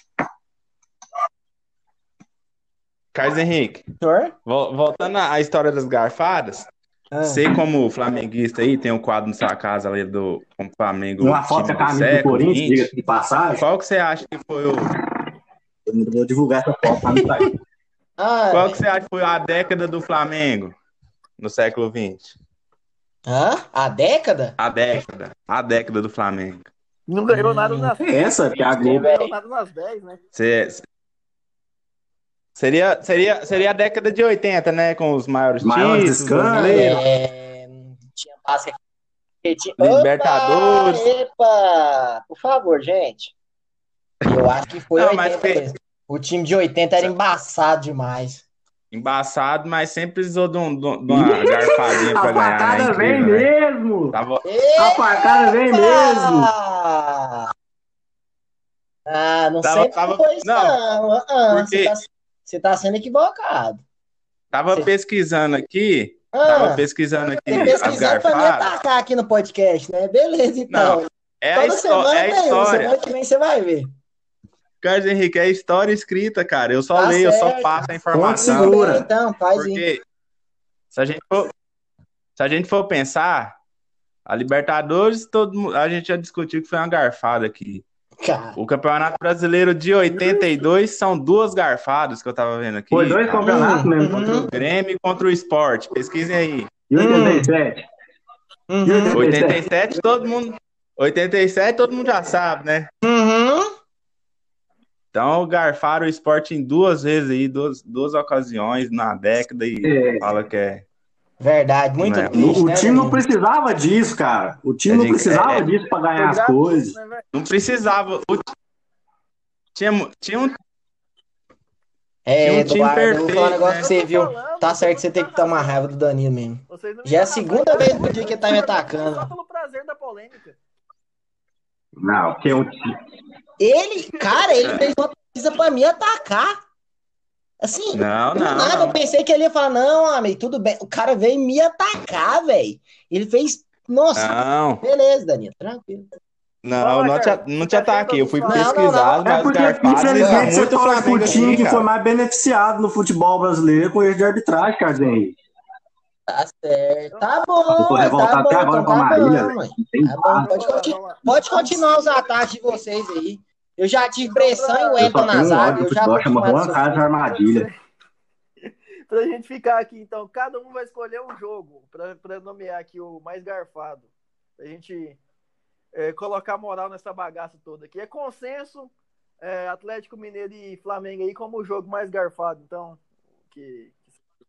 [SPEAKER 4] Carlos Henrique,
[SPEAKER 2] Senhor?
[SPEAKER 4] vol- voltando à história das garfadas,
[SPEAKER 2] Ah.
[SPEAKER 4] você como flamenguista aí, tem um quadro na sua casa ali do como Flamengo,
[SPEAKER 1] Uma foto com
[SPEAKER 4] time
[SPEAKER 1] a
[SPEAKER 4] do
[SPEAKER 1] camisa do
[SPEAKER 4] século
[SPEAKER 1] Corinthians,
[SPEAKER 4] vinte.
[SPEAKER 1] diga de passagem.
[SPEAKER 4] Qual que você acha que foi o
[SPEAKER 1] Eu não vou divulgar essa foto pra não sair.
[SPEAKER 2] Ah,
[SPEAKER 4] qual que você acha que foi a década do Flamengo no século vinte?
[SPEAKER 2] hã? A década?
[SPEAKER 4] A década, a década do Flamengo.
[SPEAKER 3] Não ganhou nada nas
[SPEAKER 1] É essa, que é a
[SPEAKER 3] Não
[SPEAKER 1] Globo.
[SPEAKER 3] ganhou nada nas dez, né?
[SPEAKER 4] Você seria seria seria a década de oitenta, né, com os maiores
[SPEAKER 1] Maiores
[SPEAKER 4] títulos
[SPEAKER 1] descansos.
[SPEAKER 4] brasileiros.
[SPEAKER 2] É, tinha passe aqui. Tinha-
[SPEAKER 4] Libertadores.
[SPEAKER 2] Opa, epa! Por favor, gente. Eu acho que foi
[SPEAKER 4] Não, mas
[SPEAKER 2] oitenta
[SPEAKER 4] foi-
[SPEAKER 2] mesmo. O time de oitenta era embaçado demais.
[SPEAKER 4] Embaçado, mas sempre precisou de, um- de um- de uma garfadinha pra
[SPEAKER 1] A
[SPEAKER 4] ganhar, né?
[SPEAKER 1] facada vem
[SPEAKER 4] Incrível, né?
[SPEAKER 1] mesmo!
[SPEAKER 4] Tava,
[SPEAKER 1] A facada vem mesmo!
[SPEAKER 2] Ah, ah não
[SPEAKER 4] Tava-
[SPEAKER 2] sei
[SPEAKER 4] tava-
[SPEAKER 2] foi isso,
[SPEAKER 4] não,
[SPEAKER 2] não. Ah, ah,
[SPEAKER 4] porque-
[SPEAKER 2] você, tá, você tá sendo equivocado.
[SPEAKER 4] tava
[SPEAKER 2] Cê-
[SPEAKER 4] pesquisando aqui, tava
[SPEAKER 2] Ah,
[SPEAKER 4] pesquisando aqui
[SPEAKER 2] você
[SPEAKER 4] as
[SPEAKER 2] pesquisando pra me
[SPEAKER 4] garfadas.
[SPEAKER 2] atacar aqui no podcast, né? Beleza, então.
[SPEAKER 4] É a,
[SPEAKER 2] Toda
[SPEAKER 4] histó-
[SPEAKER 2] semana
[SPEAKER 4] é a
[SPEAKER 2] tem um,
[SPEAKER 4] história.
[SPEAKER 2] semana que vem você vai ver.
[SPEAKER 4] Carlos Henrique, é a história escrita, cara. Eu só
[SPEAKER 2] Tá
[SPEAKER 4] leio, eu só
[SPEAKER 2] certo.
[SPEAKER 4] passo a
[SPEAKER 1] Fonte
[SPEAKER 4] informação.
[SPEAKER 1] segura.
[SPEAKER 2] Tudo bem, então, faz aí.
[SPEAKER 4] Porque se a gente for, se a gente for pensar, a Libertadores, todo, mu- a gente já discutiu que foi uma garfada aqui.
[SPEAKER 2] Cara,
[SPEAKER 4] O Campeonato Brasileiro de oitenta e dois são duas garfadas que eu tava vendo aqui.
[SPEAKER 1] Foi dois campeonatos
[SPEAKER 2] Hum,
[SPEAKER 1] mesmo.
[SPEAKER 2] uhum.
[SPEAKER 1] contra o
[SPEAKER 4] O Grêmio e contra o Sport. Pesquisem aí.
[SPEAKER 1] E oitenta e sete?
[SPEAKER 2] uhum,
[SPEAKER 4] oitenta e sete, todo mundo. oitenta e sete, todo mundo já sabe, né?
[SPEAKER 2] uhum.
[SPEAKER 4] Então, garfaram o Sport em duas vezes aí, duas, duas ocasiões na década e
[SPEAKER 1] É.
[SPEAKER 4] fala que é.
[SPEAKER 2] Verdade, muito
[SPEAKER 4] Não é.
[SPEAKER 2] triste,
[SPEAKER 1] O
[SPEAKER 2] né,
[SPEAKER 1] time não
[SPEAKER 2] Danilo?
[SPEAKER 1] precisava disso, cara. O time
[SPEAKER 4] É
[SPEAKER 1] não
[SPEAKER 4] de-
[SPEAKER 1] precisava
[SPEAKER 4] é- é-
[SPEAKER 1] disso pra ganhar as
[SPEAKER 3] gratuito,
[SPEAKER 1] coisas.
[SPEAKER 3] né, velho?
[SPEAKER 4] Não precisava. O- Tinha, mu- tinha um.
[SPEAKER 2] É,
[SPEAKER 4] Tinha um time
[SPEAKER 2] Eduardo, eu vou falar um
[SPEAKER 4] perfeito,
[SPEAKER 2] negócio
[SPEAKER 4] né?
[SPEAKER 2] pra você, viu?
[SPEAKER 3] Falando,
[SPEAKER 2] Tá certo que
[SPEAKER 3] você
[SPEAKER 2] você tem que tomar raiva do Danilo mesmo.
[SPEAKER 3] Vocês não me
[SPEAKER 2] Já é a
[SPEAKER 3] dão
[SPEAKER 2] segunda
[SPEAKER 3] razão.
[SPEAKER 2] vez no dia que ele tá me atacando.
[SPEAKER 3] Só pelo prazer da polêmica.
[SPEAKER 1] Não, porque o time.
[SPEAKER 2] Ele, cara, ele fez uma pesquisa pra me atacar. Assim,
[SPEAKER 4] Não,
[SPEAKER 2] do
[SPEAKER 4] não,
[SPEAKER 2] nada,
[SPEAKER 4] não.
[SPEAKER 2] eu pensei que ele ia falar, não, amigo, tudo bem. O cara veio me atacar, velho. Ele fez, nossa,
[SPEAKER 4] Não,
[SPEAKER 2] beleza, Danilo, tranquilo.
[SPEAKER 4] não, não te, não te ataquei. Eu fui
[SPEAKER 2] Não, não, não.
[SPEAKER 4] pesquisado,
[SPEAKER 1] É
[SPEAKER 4] mas
[SPEAKER 1] porque,
[SPEAKER 4] garfadas
[SPEAKER 1] infelizmente,
[SPEAKER 4] existe
[SPEAKER 1] você
[SPEAKER 4] muito
[SPEAKER 1] torce pro
[SPEAKER 4] Flamengo
[SPEAKER 1] time
[SPEAKER 4] aqui,
[SPEAKER 1] que foi
[SPEAKER 4] cara.
[SPEAKER 1] mais beneficiado no futebol brasileiro com erro de arbitragem, Carlos Henrique.
[SPEAKER 2] Tá certo. Tá
[SPEAKER 1] Eu
[SPEAKER 2] bom,
[SPEAKER 1] tô
[SPEAKER 2] ué,
[SPEAKER 1] revoltado
[SPEAKER 2] tá bom,
[SPEAKER 1] até agora
[SPEAKER 2] então
[SPEAKER 1] com a
[SPEAKER 2] tá
[SPEAKER 1] Marília,
[SPEAKER 2] bom,
[SPEAKER 1] velho.
[SPEAKER 2] ué.
[SPEAKER 1] Não tem
[SPEAKER 2] Tá bom,
[SPEAKER 1] nada.
[SPEAKER 2] pode, conti- pode continuar os ataques de vocês aí. Eu já tive pressão e o
[SPEAKER 1] Eu
[SPEAKER 2] Wellington
[SPEAKER 1] só
[SPEAKER 2] na
[SPEAKER 1] tenho um
[SPEAKER 2] zaga,
[SPEAKER 1] ódio
[SPEAKER 2] eu
[SPEAKER 1] do
[SPEAKER 2] já
[SPEAKER 1] futebol,
[SPEAKER 2] tô
[SPEAKER 1] chama
[SPEAKER 2] acostumado
[SPEAKER 1] Juan
[SPEAKER 2] a
[SPEAKER 1] Carlos
[SPEAKER 2] sofrer.
[SPEAKER 1] Armadilha.
[SPEAKER 3] Pra gente ficar aqui, então, cada um vai escolher um jogo pra, pra nomear aqui o mais garfado. Pra gente é, colocar moral nessa bagaça toda aqui. É consenso, é, Atlético Mineiro e Flamengo aí como o jogo mais garfado. Então, que,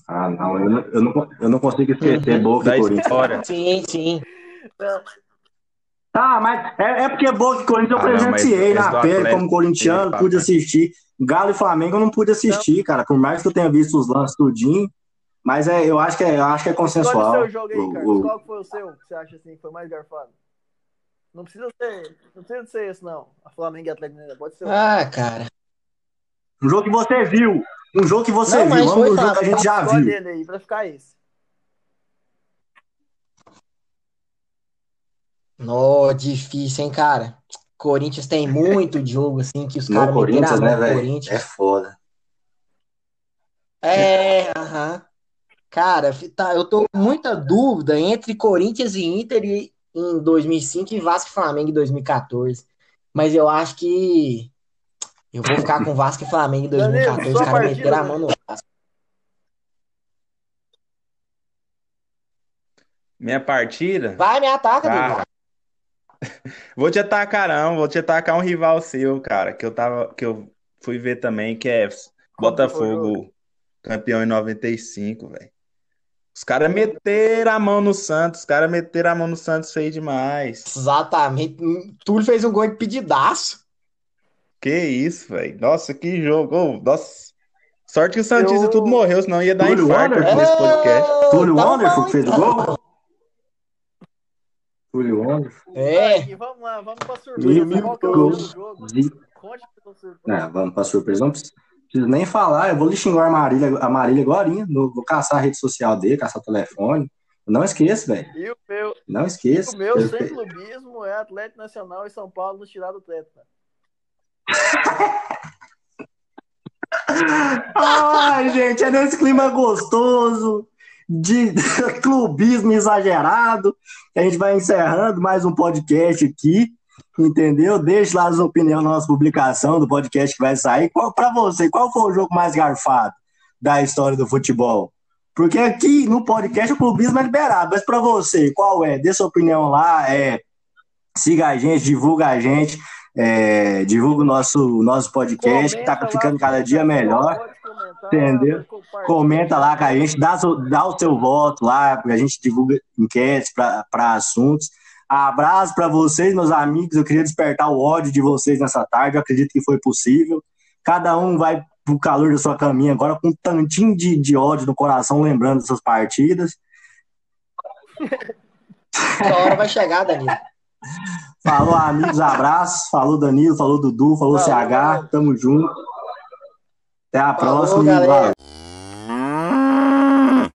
[SPEAKER 1] Ah, não, eu não, eu não, eu não consigo esquecer
[SPEAKER 2] Uhum.
[SPEAKER 1] Boca
[SPEAKER 4] Da
[SPEAKER 1] e Corinthians.
[SPEAKER 4] história.
[SPEAKER 2] Sim, sim.
[SPEAKER 1] Tá, mas é, é porque Boca e Corinthians eu
[SPEAKER 4] Ah, não, mas
[SPEAKER 1] presenciei
[SPEAKER 4] esse do
[SPEAKER 1] na pele
[SPEAKER 4] Atlético
[SPEAKER 1] como corintiano, pude
[SPEAKER 4] Paranaense.
[SPEAKER 1] assistir. Galo e Flamengo eu não pude assistir, cara. Por mais que eu tenha visto os lances tudinho, mas é, eu acho que é, eu acho que é
[SPEAKER 3] Escolhe o seu
[SPEAKER 1] consensual.
[SPEAKER 3] jogo aí,
[SPEAKER 1] O,
[SPEAKER 3] Carlos.
[SPEAKER 1] o-
[SPEAKER 3] Qual que foi o seu que você acha assim que foi mais garfado? Não precisa ser, não precisa ser esse, não. A Flamengo e Atlético Mineiro. Pode ser outro.
[SPEAKER 2] Ah, cara.
[SPEAKER 1] um jogo que você viu. Um jogo que você
[SPEAKER 2] Não,
[SPEAKER 1] viu.
[SPEAKER 2] mas
[SPEAKER 1] Vamos
[SPEAKER 2] foi
[SPEAKER 1] no jogo que a gente já
[SPEAKER 3] Escolhe
[SPEAKER 1] viu.
[SPEAKER 3] ele aí pra ficar esse.
[SPEAKER 2] Nó, difícil, hein, cara? Corinthians tem muito jogo, assim, que os
[SPEAKER 1] No
[SPEAKER 2] caras meteram a
[SPEAKER 1] Corinthians,
[SPEAKER 2] mão
[SPEAKER 1] né,
[SPEAKER 2] no
[SPEAKER 1] velho? É
[SPEAKER 2] Corinthians.
[SPEAKER 1] foda.
[SPEAKER 2] É, aham. Cara, fi- tá, eu tô com muita dúvida entre Corinthians e Inter e- em dois mil e cinco e Vasco e Flamengo em dois mil e quatorze. Mas eu acho que eu vou ficar com Vasco e Flamengo em
[SPEAKER 3] Danilo,
[SPEAKER 2] dois mil e quatorze. Os
[SPEAKER 3] sua
[SPEAKER 2] caras
[SPEAKER 3] partida,
[SPEAKER 2] meteram a mão no
[SPEAKER 3] Danilo.
[SPEAKER 2] Vasco.
[SPEAKER 4] Minha partida?
[SPEAKER 2] Vai, me ataca, Danilo.
[SPEAKER 4] Cara, vou te atacar, não. Vou te atacar um rival seu, cara, que eu tava, que eu fui ver também, que é
[SPEAKER 3] Como que foi o jogo?
[SPEAKER 4] Botafogo, campeão em noventa e cinco, velho. Os caras meteram a mão no Santos, os caras meteram a mão no Santos feio demais.
[SPEAKER 2] Exatamente. Túlio fez um gol de pedidaço.
[SPEAKER 4] Que isso, velho. Nossa, que jogo. Ô, nossa. Sorte que o Santista tudo
[SPEAKER 3] Eu.
[SPEAKER 4] morreu, senão ia dar
[SPEAKER 1] Túlio
[SPEAKER 4] infarto aqui
[SPEAKER 1] Wonderful?
[SPEAKER 4] nesse podcast.
[SPEAKER 2] É,
[SPEAKER 1] Túlio
[SPEAKER 2] tamo
[SPEAKER 1] Wonderful
[SPEAKER 2] bom,
[SPEAKER 1] que fez o
[SPEAKER 2] então.
[SPEAKER 1] gol? Túlio Wonderful.
[SPEAKER 3] Vai,
[SPEAKER 2] É,
[SPEAKER 3] Gui, vamos lá, vamos pra
[SPEAKER 1] Mil,
[SPEAKER 3] surpresa.
[SPEAKER 1] mil
[SPEAKER 3] Qual que é o
[SPEAKER 1] gols.
[SPEAKER 3] seu jogo?
[SPEAKER 1] De...
[SPEAKER 3] Conte pra surpresa.
[SPEAKER 1] Não, vamos pra surpresa. Não preciso, preciso nem falar. Eu vou lhe xingar a Marília, a Marília agorinha. No- Vou caçar a rede social dele, caçar o telefone. Não esqueça, velho.
[SPEAKER 3] E o meu,
[SPEAKER 1] Não
[SPEAKER 3] e
[SPEAKER 1] esqueça.
[SPEAKER 3] o meu
[SPEAKER 1] Eu-
[SPEAKER 3] sem clubismo é Atlético Nacional e São Paulo nos tirar do teto.
[SPEAKER 1] Ai, gente, é nesse clima gostoso de clubismo exagerado que a gente vai encerrando mais um podcast aqui, entendeu? Deixe lá a sua opinião na nossa publicação do podcast que vai sair. Qual para você, qual foi o jogo mais garfado da história do futebol? Porque aqui no podcast o clubismo é liberado, mas para você, qual é? Dê sua opinião lá, é, siga a gente, divulga a gente, é, divulga o nosso, nosso podcast, que tá
[SPEAKER 3] Comenta lá
[SPEAKER 1] ficando
[SPEAKER 3] as
[SPEAKER 1] cada dia
[SPEAKER 3] publicações,
[SPEAKER 1] melhor.
[SPEAKER 3] pode comentar,
[SPEAKER 1] Entendeu?
[SPEAKER 3] compartilha.
[SPEAKER 1] Comenta lá com a gente, dá, seu- dá o seu voto lá, porque a gente divulga enquetes para assuntos. Abraço para vocês, meus amigos. Eu queria despertar o ódio de vocês nessa tarde. Eu acredito que foi possível. Cada um vai pro calor da sua caminha agora com um tantinho de, de ódio no coração, lembrando dessas partidas.
[SPEAKER 2] essa hora vai chegar, Danilo.
[SPEAKER 1] Falou, amigos, abraço. Falou, Danilo. Falou, Dudu. Falou,
[SPEAKER 3] Falou,
[SPEAKER 1] C H.
[SPEAKER 3] galera.
[SPEAKER 1] Tamo junto. Até a
[SPEAKER 2] Falou,
[SPEAKER 1] próxima. e
[SPEAKER 2] galera.
[SPEAKER 1] valeu.